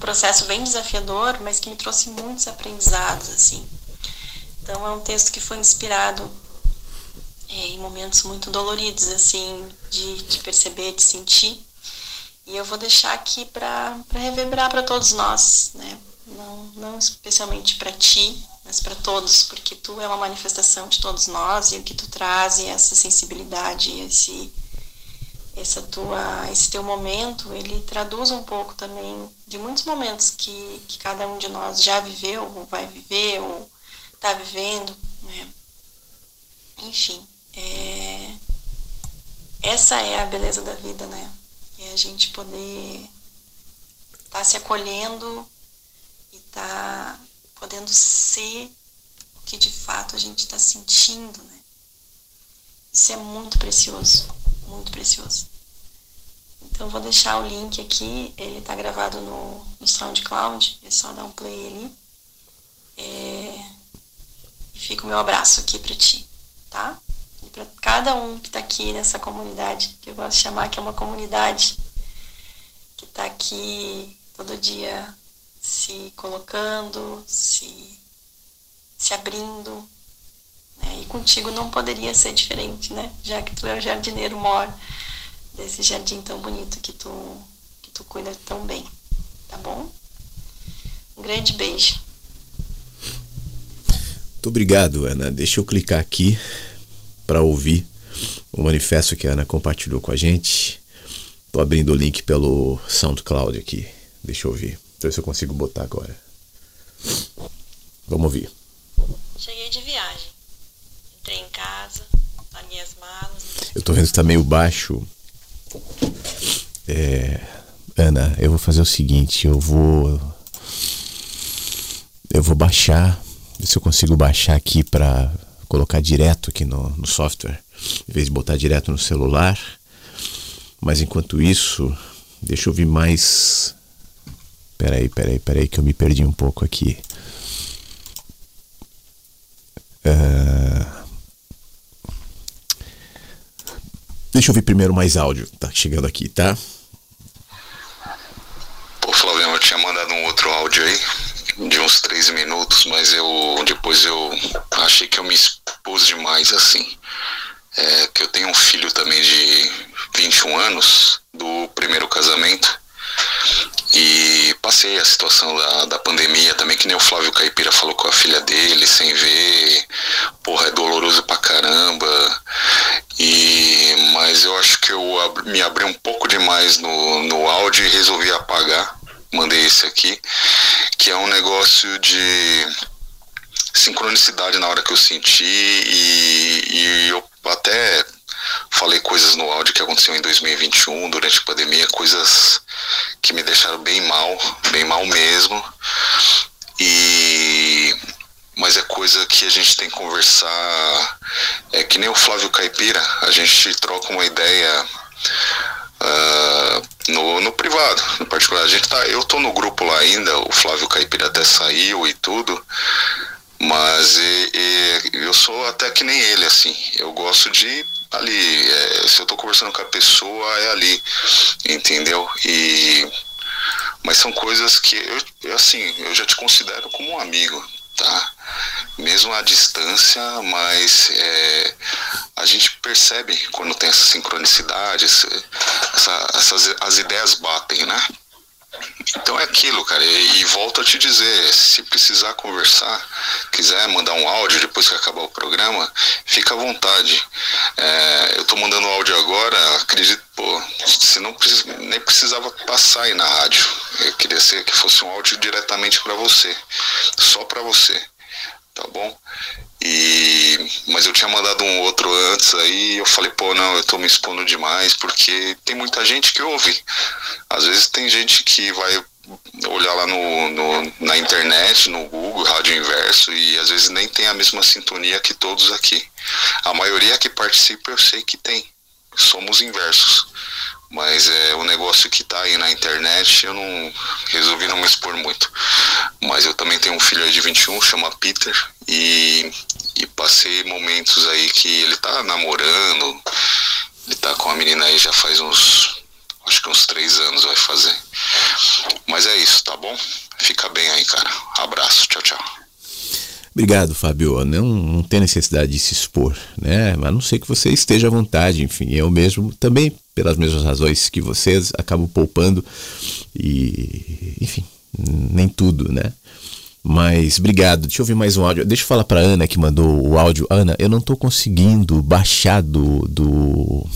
processo bem desafiador, mas que me trouxe muitos aprendizados, assim. Então é um texto que foi inspirado é, em momentos muito doloridos, assim, de, de perceber, de sentir. E eu vou deixar aqui para reverberar para todos nós, né? Não, não especialmente para ti, mas para todos, porque tu é uma manifestação de todos nós, e o que tu traz, e essa sensibilidade, esse, essa tua, esse teu momento, ele traduz um pouco também de muitos momentos que, que cada um de nós já viveu, ou vai viver, ou está vivendo, né? Enfim, é... essa é a beleza da vida, né? É a gente poder estar tá se acolhendo e estar tá podendo ser o que de fato a gente está sentindo, né? Isso é muito precioso, muito precioso. Então eu vou deixar o link aqui, ele está gravado no, no SoundCloud, é só dar um play ali. É... E fica o meu abraço aqui para ti, tá? E para cada um que está aqui nessa comunidade, que eu gosto de chamar que é uma comunidade, que está aqui todo dia se colocando, se, se abrindo, né? E contigo não poderia ser diferente, né? Já que tu é o jardineiro mor desse jardim tão bonito que tu, que tu cuida tão bem, tá bom? Um grande beijo. Muito obrigado, Ana. Deixa eu clicar aqui para ouvir o manifesto que a Ana compartilhou com a gente. Tô abrindo o link pelo SoundCloud aqui. Deixa eu ouvir. Deixa eu ver se eu consigo botar agora. Vamos ouvir. Cheguei de viagem. Entrei em casa, larguei as malas. Eu tô vendo que tá meio baixo. É... Ana, eu vou fazer o seguinte. Eu vou... Eu vou baixar... Ver se eu consigo baixar aqui para colocar direto aqui no, no software, em vez de botar direto no celular. Mas enquanto isso, deixa eu ouvir mais. Peraí, peraí, peraí, que eu me perdi um pouco aqui. Uh... Deixa eu ouvir primeiro mais áudio. Tá chegando aqui, tá? Pô, Flavião, eu tinha mandado um outro áudio aí de uns três minutos, mas eu depois eu achei que eu me expus demais, assim. É, que eu tenho um filho também de vinte e um anos, do primeiro casamento, e passei a situação da, da pandemia também, que nem o Flávio Caipira falou com a filha dele, sem ver, porra, é doloroso pra caramba, e, mas eu acho que eu ab, me abri um pouco demais no, no áudio e resolvi apagar. Mandei esse aqui, que é um negócio de sincronicidade na hora que eu senti, e, e eu até falei coisas no áudio que aconteceu em dois mil e vinte e um, durante a pandemia, coisas que me deixaram bem mal, bem mal mesmo, e, mas é coisa que a gente tem que conversar, é que nem o Flávio Caipira, a gente troca uma ideia... Uh, no, no privado, no particular. A gente tá, eu tô no grupo lá ainda, o Flávio Caipira até saiu e tudo, mas e, e, eu sou até que nem ele, assim, eu gosto de ali, é, se eu tô conversando com a pessoa, é ali, entendeu? E, mas são coisas que eu, eu, assim, eu já te considero como um amigo, tá? Mesmo à distância, mas é, a gente percebe quando tem essa sincronicidade, essa, essa, essas, as ideias batem, né? Então é aquilo, cara, e, e volto a te dizer, se precisar conversar, quiser mandar um áudio depois que acabar o programa, fica à vontade. É, eu tô mandando áudio agora, acredito, pô, se não precis, nem precisava passar aí na rádio, eu queria ser que fosse um áudio diretamente para você, só para você, tá bom? E, mas eu tinha mandado um outro antes aí, eu falei, pô, não, eu tô me expondo demais, porque tem muita gente que ouve. Às vezes tem gente que vai olhar lá no, no, na internet, no Google, Rádio Inverso, e às vezes nem tem a mesma sintonia que todos aqui. A maioria que participa eu sei que tem, somos inversos. Mas é o negócio que tá aí na internet, eu não resolvi não me expor muito. Mas eu também tenho um filho aí de vinte e um, chama Peter, e, e passei momentos aí que ele tá namorando, ele tá com a menina aí já faz uns Acho que uns três anos vai fazer. Mas é isso, tá bom? Fica bem aí, cara. Abraço, tchau, tchau. Obrigado, Fábio. Não, não tem necessidade de se expor, né? A não ser que você esteja à vontade, enfim. Eu mesmo, também pelas mesmas razões que vocês, acabo poupando e, enfim, nem tudo, né? Mas obrigado. Deixa eu ouvir mais um áudio. Deixa eu falar para Ana que mandou o áudio. Ana, eu não tô conseguindo baixar do do,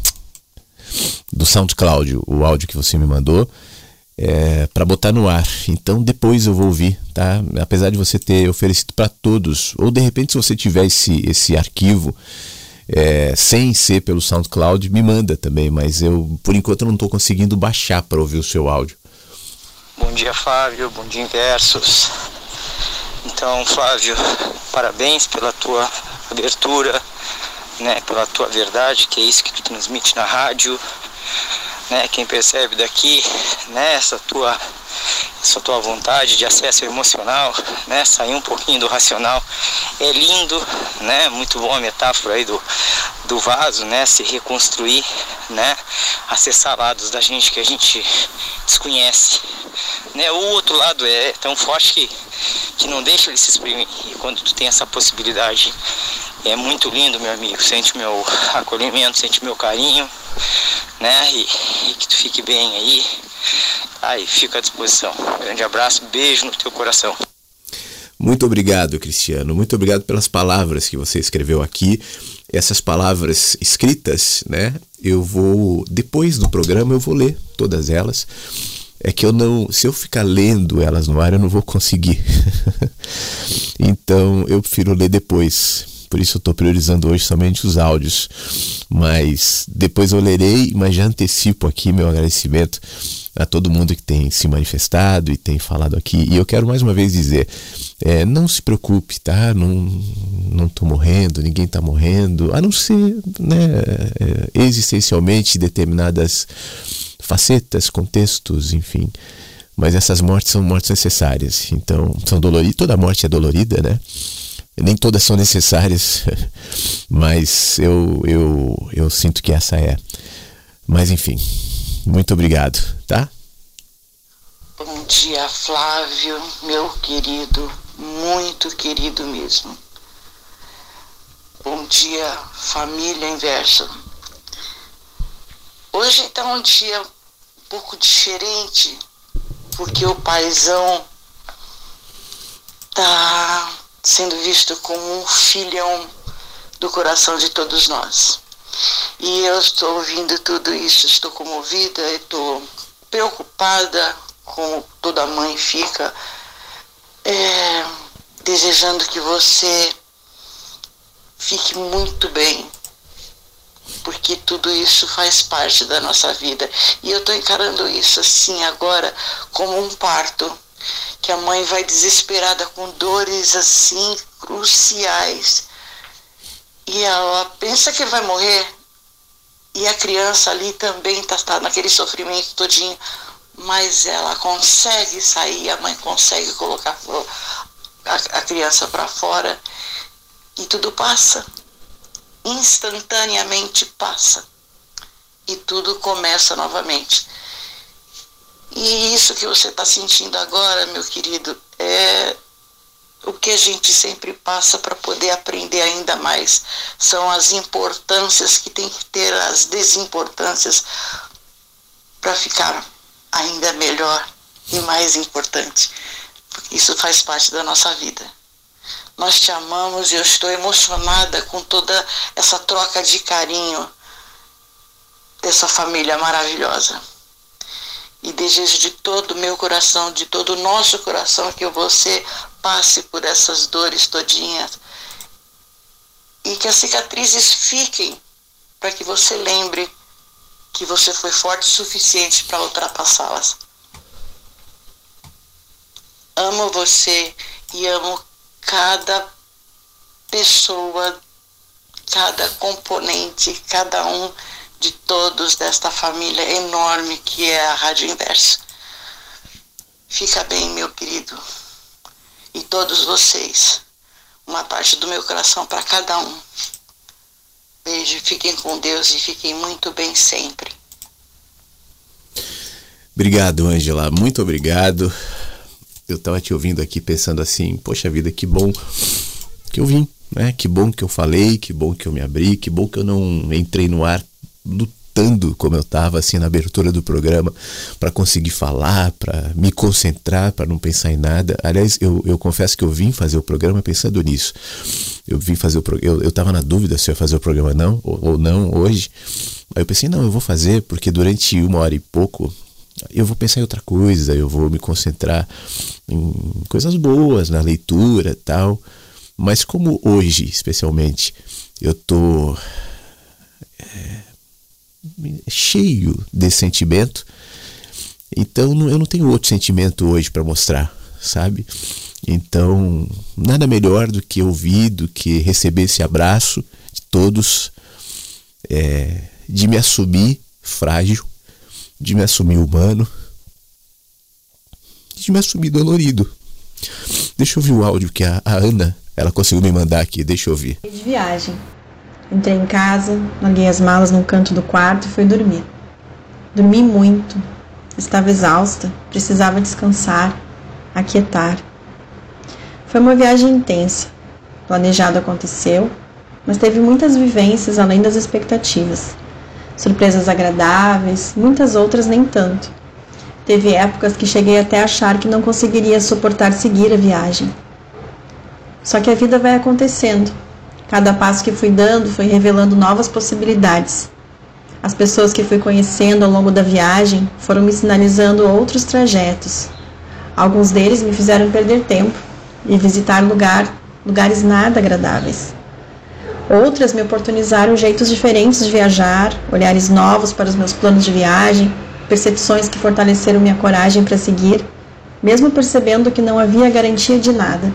do SoundCloud o áudio que você me mandou. É, para botar no ar, então depois eu vou ouvir, tá? Apesar de você ter oferecido para todos, ou de repente se você tiver esse, esse arquivo é, sem ser pelo SoundCloud, me manda também, mas eu por enquanto eu não estou conseguindo baixar para ouvir o seu áudio. Bom dia, Flávio, bom dia, Inversos. Então, Flávio, parabéns pela tua abertura, né, pela tua verdade, que é isso que tu transmite na rádio. Né, quem percebe daqui, né, essa tua, essa tua vontade de acesso emocional, né, sair um pouquinho do racional, é lindo, né, muito bom a metáfora aí do, do vaso, né, se reconstruir, né, acessar lados da gente que a gente desconhece, né, o outro lado é tão forte que, que não deixa ele se exprimir, e quando tu tem essa possibilidade, é muito lindo, meu amigo, sente meu acolhimento, sente meu carinho, né, e, e que tu fique bem aí, aí fica à disposição. Grande abraço, beijo no teu coração. Muito obrigado, Cristiano, muito obrigado pelas palavras que você escreveu aqui. Essas palavras escritas, né, eu vou, depois do programa eu vou ler todas elas. É que eu não, se eu ficar lendo elas no ar eu não vou conseguir. Então eu prefiro ler depois. Por isso eu estou priorizando hoje somente os áudios. Mas depois eu lerei, mas já antecipo aqui meu agradecimento a todo mundo que tem se manifestado e tem falado aqui. E eu quero mais uma vez dizer, é, não se preocupe, tá? Não, não tô morrendo, ninguém tá morrendo, a não ser, né, é, existencialmente determinadas facetas, contextos, enfim. Mas essas mortes são mortes necessárias. Então, são doloridas, toda morte é dolorida, né? Nem todas são necessárias, mas eu, eu, eu sinto que essa é. Mas enfim, muito obrigado, tá? Bom dia, Flávio, meu querido, muito querido mesmo. Bom dia, família Inverso. Hoje está um dia um pouco diferente, porque o paizão tá sendo visto como um filhão do coração de todos nós. E eu estou ouvindo tudo isso, estou comovida, estou preocupada, como toda mãe fica, é, desejando que você fique muito bem, porque tudo isso faz parte da nossa vida. E eu estou encarando isso assim agora como um parto, que a mãe vai desesperada com dores assim cruciais e ela pensa que vai morrer e a criança ali também está tá naquele sofrimento todinho, mas ela consegue sair, a mãe consegue colocar a, a criança para fora e tudo passa, instantaneamente passa e tudo começa novamente. E isso que você está sentindo agora, meu querido, é o que a gente sempre passa para poder aprender ainda mais. São as importâncias que tem que ter, as desimportâncias, para ficar ainda melhor e mais importante. Isso faz parte da nossa vida. Nós te amamos e eu estou emocionada com toda essa troca de carinho dessa família maravilhosa. E desejo de todo o meu coração, de todo o nosso coração, que você passe por essas dores todinhas e que as cicatrizes fiquem para que você lembre que você foi forte o suficiente para ultrapassá-las. Amo você e amo cada pessoa, cada componente, cada um de todos desta família enorme que é a Rádio Inverso. Fica bem, meu querido. E todos vocês. Uma parte do meu coração para cada um. Beijo, fiquem com Deus e fiquem muito bem sempre. Obrigado, Ângela, muito obrigado. Eu estava te ouvindo aqui pensando assim, poxa vida, que bom que eu vim, né? Que bom que eu falei, que bom que eu me abri, que bom que eu não entrei no ar lutando como eu estava assim na abertura do programa para conseguir falar, para me concentrar, para não pensar em nada. Aliás, eu, eu confesso que eu vim fazer o programa pensando nisso. Eu vim fazer o programa, eu estava na dúvida se eu ia fazer o programa não, ou, ou não hoje. Aí eu pensei, não, eu vou fazer porque durante uma hora e pouco eu vou pensar em outra coisa, eu vou me concentrar em coisas boas, na leitura e tal. Mas como hoje, especialmente, eu tô é, cheio desse sentimento, então eu não tenho outro sentimento hoje para mostrar, sabe? Então, nada melhor do que ouvir, do que receber esse abraço de todos, é, de me assumir frágil, de me assumir humano, de me assumir dolorido. Deixa eu ouvir o áudio que a, a Ana, ela conseguiu me mandar aqui, deixa eu ouvir. De viagem. Entrei em casa, larguei as malas num canto do quarto e fui dormir. Dormi muito, estava exausta, precisava descansar, aquietar. Foi uma viagem intensa. Planejado aconteceu, mas teve muitas vivências além das expectativas. Surpresas agradáveis, muitas outras nem tanto. Teve épocas que cheguei até a achar que não conseguiria suportar seguir a viagem. Só que a vida vai acontecendo. Cada passo que fui dando foi revelando novas possibilidades. As pessoas que fui conhecendo ao longo da viagem foram me sinalizando outros trajetos. Alguns deles me fizeram perder tempo e visitar lugar, lugares nada agradáveis. Outras me oportunizaram jeitos diferentes de viajar, olhares novos para os meus planos de viagem, percepções que fortaleceram minha coragem para seguir, mesmo percebendo que não havia garantia de nada.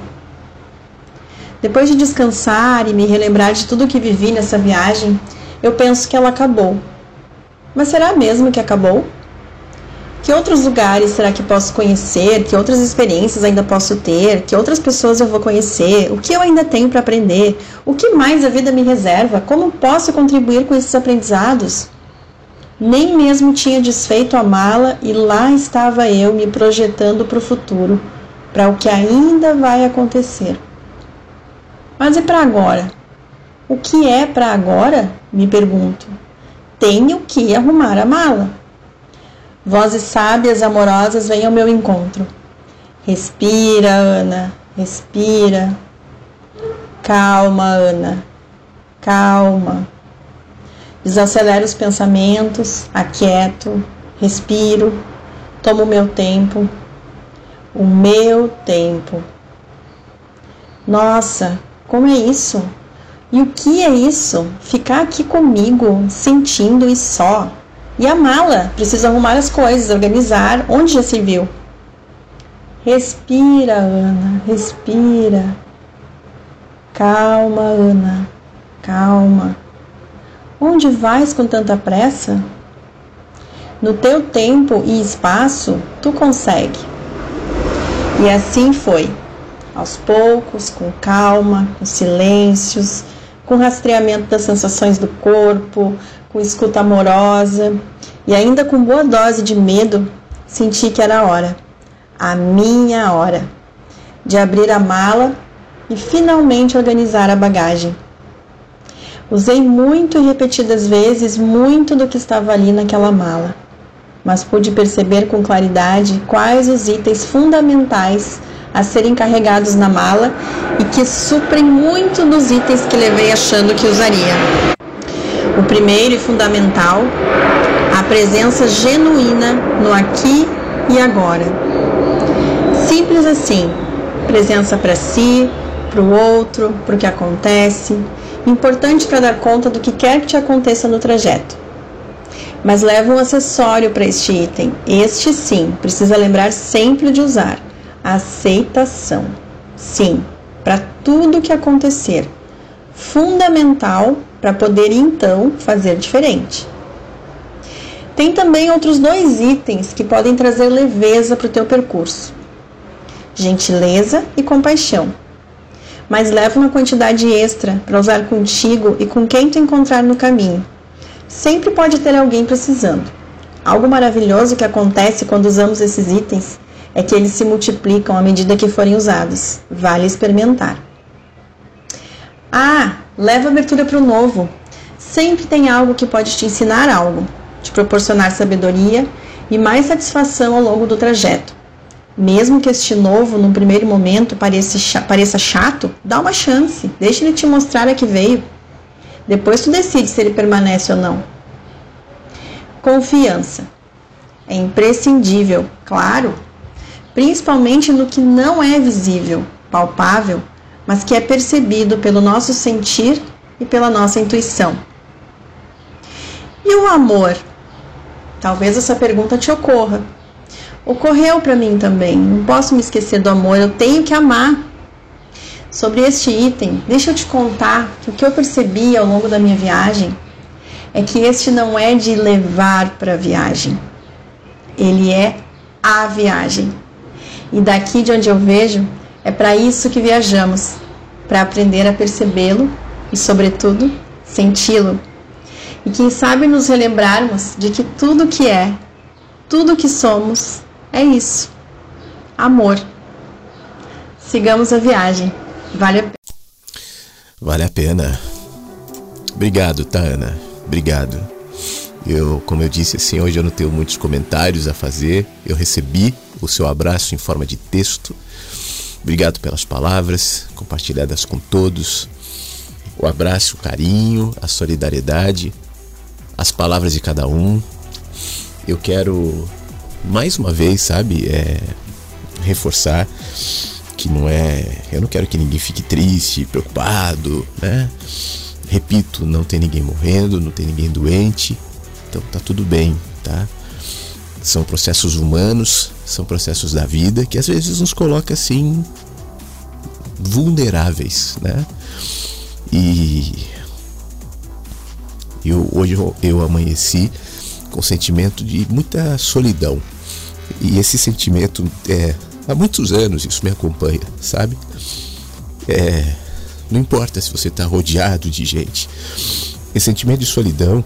Depois de descansar e me relembrar de tudo o que vivi nessa viagem, eu penso que ela acabou. Mas será mesmo que acabou? Que outros lugares será que posso conhecer? Que outras experiências ainda posso ter? Que outras pessoas eu vou conhecer? O que eu ainda tenho para aprender? O que mais a vida me reserva? Como posso contribuir com esses aprendizados? Nem mesmo tinha desfeito a mala e lá estava eu me projetando para o futuro, para o que ainda vai acontecer. Mas e para agora? O que é para agora? Me pergunto. Tenho que arrumar a mala. Vozes sábias, amorosas vêm ao meu encontro. Respira, Ana, respira. Calma, Ana, calma. Desacelero os pensamentos, aquieto, respiro, tomo o meu tempo. O meu tempo. Nossa, como é isso? E o que é isso? Ficar aqui comigo, sentindo e só. E a mala? Preciso arrumar as coisas, organizar. Onde já se viu? Respira, Ana, respira. Calma, Ana, calma. Onde vais com tanta pressa? No teu tempo e espaço, tu consegue. E assim foi. Aos poucos, com calma, com silêncios, com rastreamento das sensações do corpo, com escuta amorosa e ainda com boa dose de medo, senti que era a hora, a minha hora, de abrir a mala e finalmente organizar a bagagem. Usei muito e repetidas vezes muito do que estava ali naquela mala, mas pude perceber com claridade quais os itens fundamentais a serem carregados na mala e que suprem muito dos itens que levei achando que usaria. O primeiro e fundamental, a presença genuína no aqui e agora. Simples assim, presença para si, para o outro, para o que acontece, importante para dar conta do que quer que te aconteça no trajeto. Mas leva um acessório para este item, este sim, precisa lembrar sempre de usar. Aceitação. Sim, para tudo que acontecer. Fundamental para poder então fazer diferente. Tem também outros dois itens que podem trazer leveza para o teu percurso. Gentileza e compaixão. Mas leva uma quantidade extra para usar contigo e com quem tu encontrar no caminho. Sempre pode ter alguém precisando. Algo maravilhoso que acontece quando usamos esses itens é que eles se multiplicam à medida que forem usados. Vale experimentar. Ah, leva abertura para o novo. Sempre tem algo que pode te ensinar algo, te proporcionar sabedoria e mais satisfação ao longo do trajeto. Mesmo que este novo, num primeiro momento, pareça, pareça chato, dá uma chance, deixa ele te mostrar a que veio. Depois tu decide se ele permanece ou não. Confiança. É imprescindível, claro, principalmente no que não é visível, palpável, mas que é percebido pelo nosso sentir e pela nossa intuição. E o amor? Talvez essa pergunta te ocorra. Ocorreu para mim também, não posso me esquecer do amor, eu tenho que amar. Sobre este item, deixa eu te contar que o que eu percebi ao longo da minha viagem é que este não é de levar para a viagem, ele é a viagem. E daqui de onde eu vejo, é para isso que viajamos, para aprender a percebê-lo e, sobretudo, senti-lo. E quem sabe nos relembrarmos de que tudo que é, tudo que somos, é isso, amor. Sigamos a viagem, vale a pena. Vale a pena. Obrigado, tá, Ana? Obrigado. Eu, como eu disse assim, hoje eu não tenho muitos comentários a fazer. Eu recebi o seu abraço em forma de texto. Obrigado pelas palavras compartilhadas com todos. O abraço, o carinho, a solidariedade, as palavras de cada um. Eu quero, mais uma vez, sabe, é, reforçar que não é... Eu não quero que ninguém fique triste, preocupado, né? Repito, não tem ninguém morrendo, não tem ninguém doente. Então tá tudo bem, tá? São processos humanos, são processos da vida que às vezes nos coloca assim vulneráveis, né? E eu, hoje eu, eu amanheci com um sentimento de muita solidão. E esse sentimento, é, há muitos anos isso me acompanha, sabe? É, não importa se você está rodeado de gente. Esse sentimento de solidão,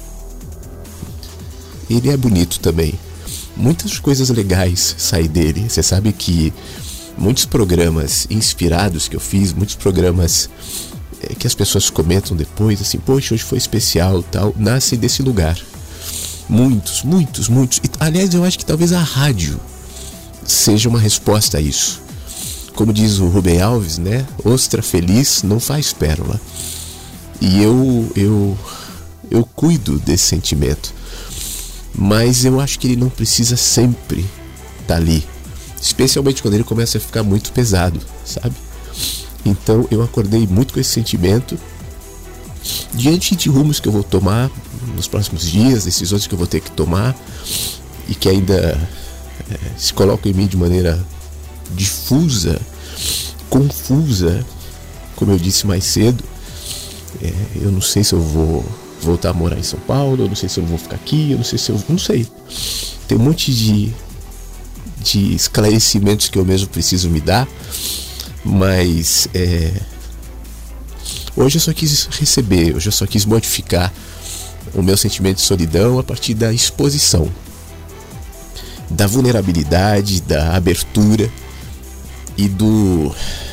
ele é bonito também. Muitas coisas legais saem dele. Você sabe que muitos programas inspirados que eu fiz, muitos programas é, que as pessoas comentam depois, assim, poxa, hoje foi especial, tal, nascem desse lugar. Muitos, muitos, muitos. E, aliás, eu acho que talvez a rádio seja uma resposta a isso. Como diz o Rubem Alves, né? Ostra feliz não faz pérola. E eu, eu, eu cuido desse sentimento. Mas eu acho que ele não precisa sempre estar ali. Especialmente quando ele começa a ficar muito pesado, sabe? Então eu acordei muito com esse sentimento. Diante de rumos que eu vou tomar nos próximos dias, decisões que eu vou ter que tomar e que ainda é, se colocam em mim de maneira difusa, confusa, como eu disse mais cedo. É, eu não sei se eu vou voltar a morar em São Paulo, eu não sei se eu vou ficar aqui, eu não sei se eu... não sei. Tem um monte de, de esclarecimentos que eu mesmo preciso me dar, mas é, hoje eu só quis receber, hoje eu só quis modificar o meu sentimento de solidão a partir da exposição, da vulnerabilidade, da abertura e do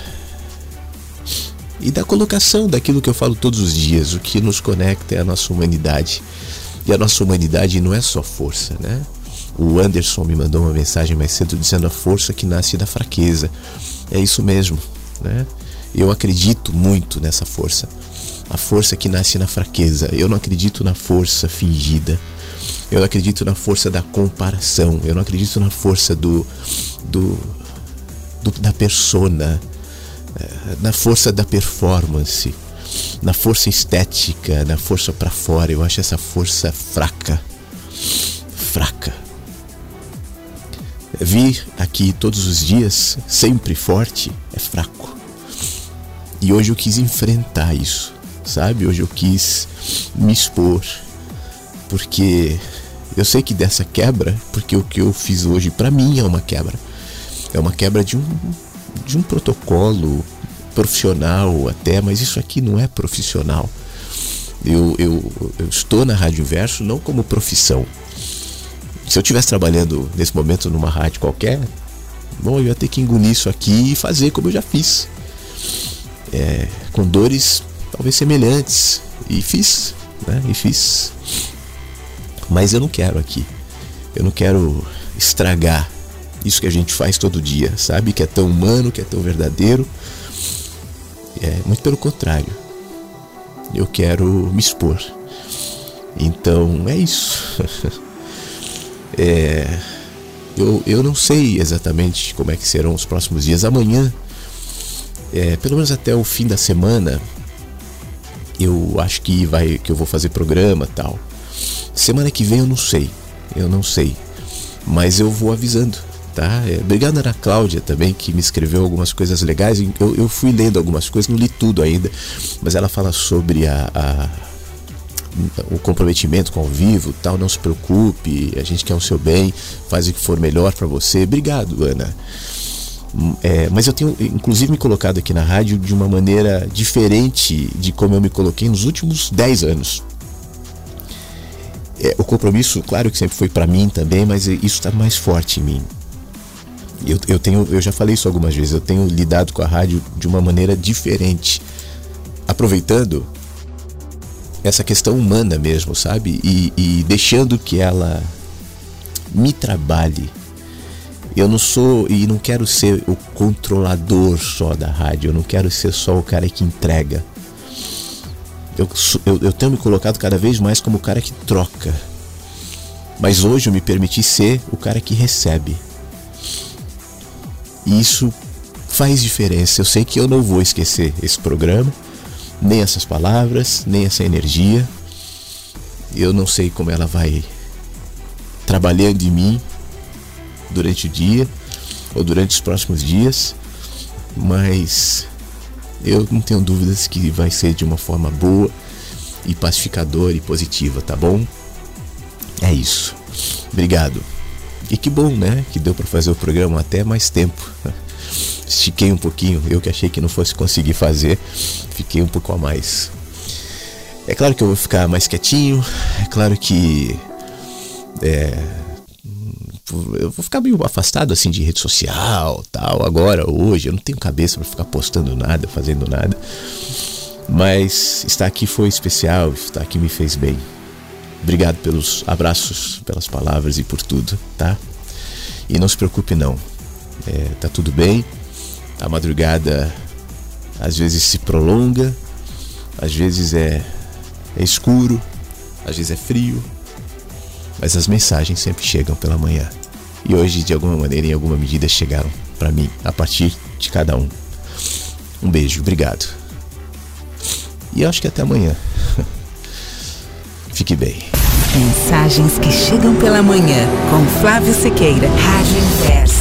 e da colocação daquilo que eu falo todos os dias. O que nos conecta é a nossa humanidade, e a nossa humanidade não é só força, né? O Anderson me mandou uma mensagem mais cedo dizendo a força que nasce da fraqueza. É isso mesmo, né? Eu acredito muito nessa força, a força que nasce na fraqueza. Eu não acredito na força fingida, eu não acredito na força da comparação, eu não acredito na força do, do, do da persona, na força da performance, na força estética, na força pra fora. Eu acho essa força fraca, fraca. Vir aqui todos os dias, sempre forte, é fraco. E hoje eu quis enfrentar isso, sabe? Hoje eu quis me expor, porque eu sei que dessa quebra, porque o que eu fiz hoje pra mim é uma quebra. É uma quebra de um, de um protocolo profissional até, mas isso aqui não é profissional. Eu, eu, eu estou na Rádio Inverso não como profissão. Se eu estivesse trabalhando nesse momento numa rádio qualquer, bom, eu ia ter que engolir isso aqui e fazer como eu já fiz. É, com dores talvez semelhantes. E fiz, né? E fiz. Mas eu não quero aqui. Eu não quero estragar isso que a gente faz todo dia, sabe? Que é tão humano, que é tão verdadeiro. É, muito pelo contrário. Eu quero me expor. Então é isso. é, eu, eu não sei exatamente como é que serão os próximos dias. Amanhã, é, pelo menos até o fim da semana, eu acho que, vai, que eu vou fazer programa e tal. Semana que vem eu não sei. Eu não sei. Mas eu vou avisando, tá? É, obrigado Ana Cláudia também, que me escreveu algumas coisas legais. Eu, eu fui lendo algumas coisas, não li tudo ainda. Mas ela fala sobre a... a o comprometimento com ao vivo, tal, não se preocupe, a gente quer o seu bem, faz o que for melhor para você. Obrigado, Ana. É, mas eu tenho, inclusive, me colocado aqui na rádio de uma maneira diferente de como eu me coloquei nos últimos dez anos. É, o compromisso, claro que sempre foi para mim também, mas isso está mais forte em mim. Eu, eu, tenho, eu já falei isso algumas vezes, eu tenho lidado com a rádio de uma maneira diferente, aproveitando essa questão humana mesmo, sabe? E, e deixando que ela me trabalhe. Eu não sou e não quero ser o controlador só da rádio. Eu não quero ser só o cara que entrega. Eu, eu, eu tenho me colocado cada vez mais como o cara que troca. Mas hoje eu me permiti ser o cara que recebe. E isso faz diferença. Eu sei que eu não vou esquecer esse programa, nem essas palavras, nem essa energia. Eu não sei como ela vai trabalhando em mim durante o dia ou durante os próximos dias, mas eu não tenho dúvidas que vai ser de uma forma boa e pacificadora e positiva, tá bom? É isso. Obrigado. E que bom, né? Que deu para fazer o programa até mais tempo. Estiquei um pouquinho, eu que achei que não fosse conseguir fazer, fiquei um pouco a mais. É claro que eu vou ficar mais quietinho, é claro que é, eu vou ficar meio afastado assim de rede social, tal, agora, hoje, eu não tenho cabeça para ficar postando nada, fazendo nada. Mas estar aqui foi especial, estar aqui me fez bem. Obrigado pelos abraços, pelas palavras e por tudo, tá? E não se preocupe não, é, tá tudo bem. A madrugada às vezes se prolonga, às vezes é, é escuro, às vezes é frio, mas as mensagens sempre chegam pela manhã. E hoje, de alguma maneira, em alguma medida, chegaram para mim, a partir de cada um. Um beijo, obrigado. E eu acho que até amanhã. Fique bem. Mensagens que chegam pela manhã, com Flávio Sequeira, Rádio Inverso.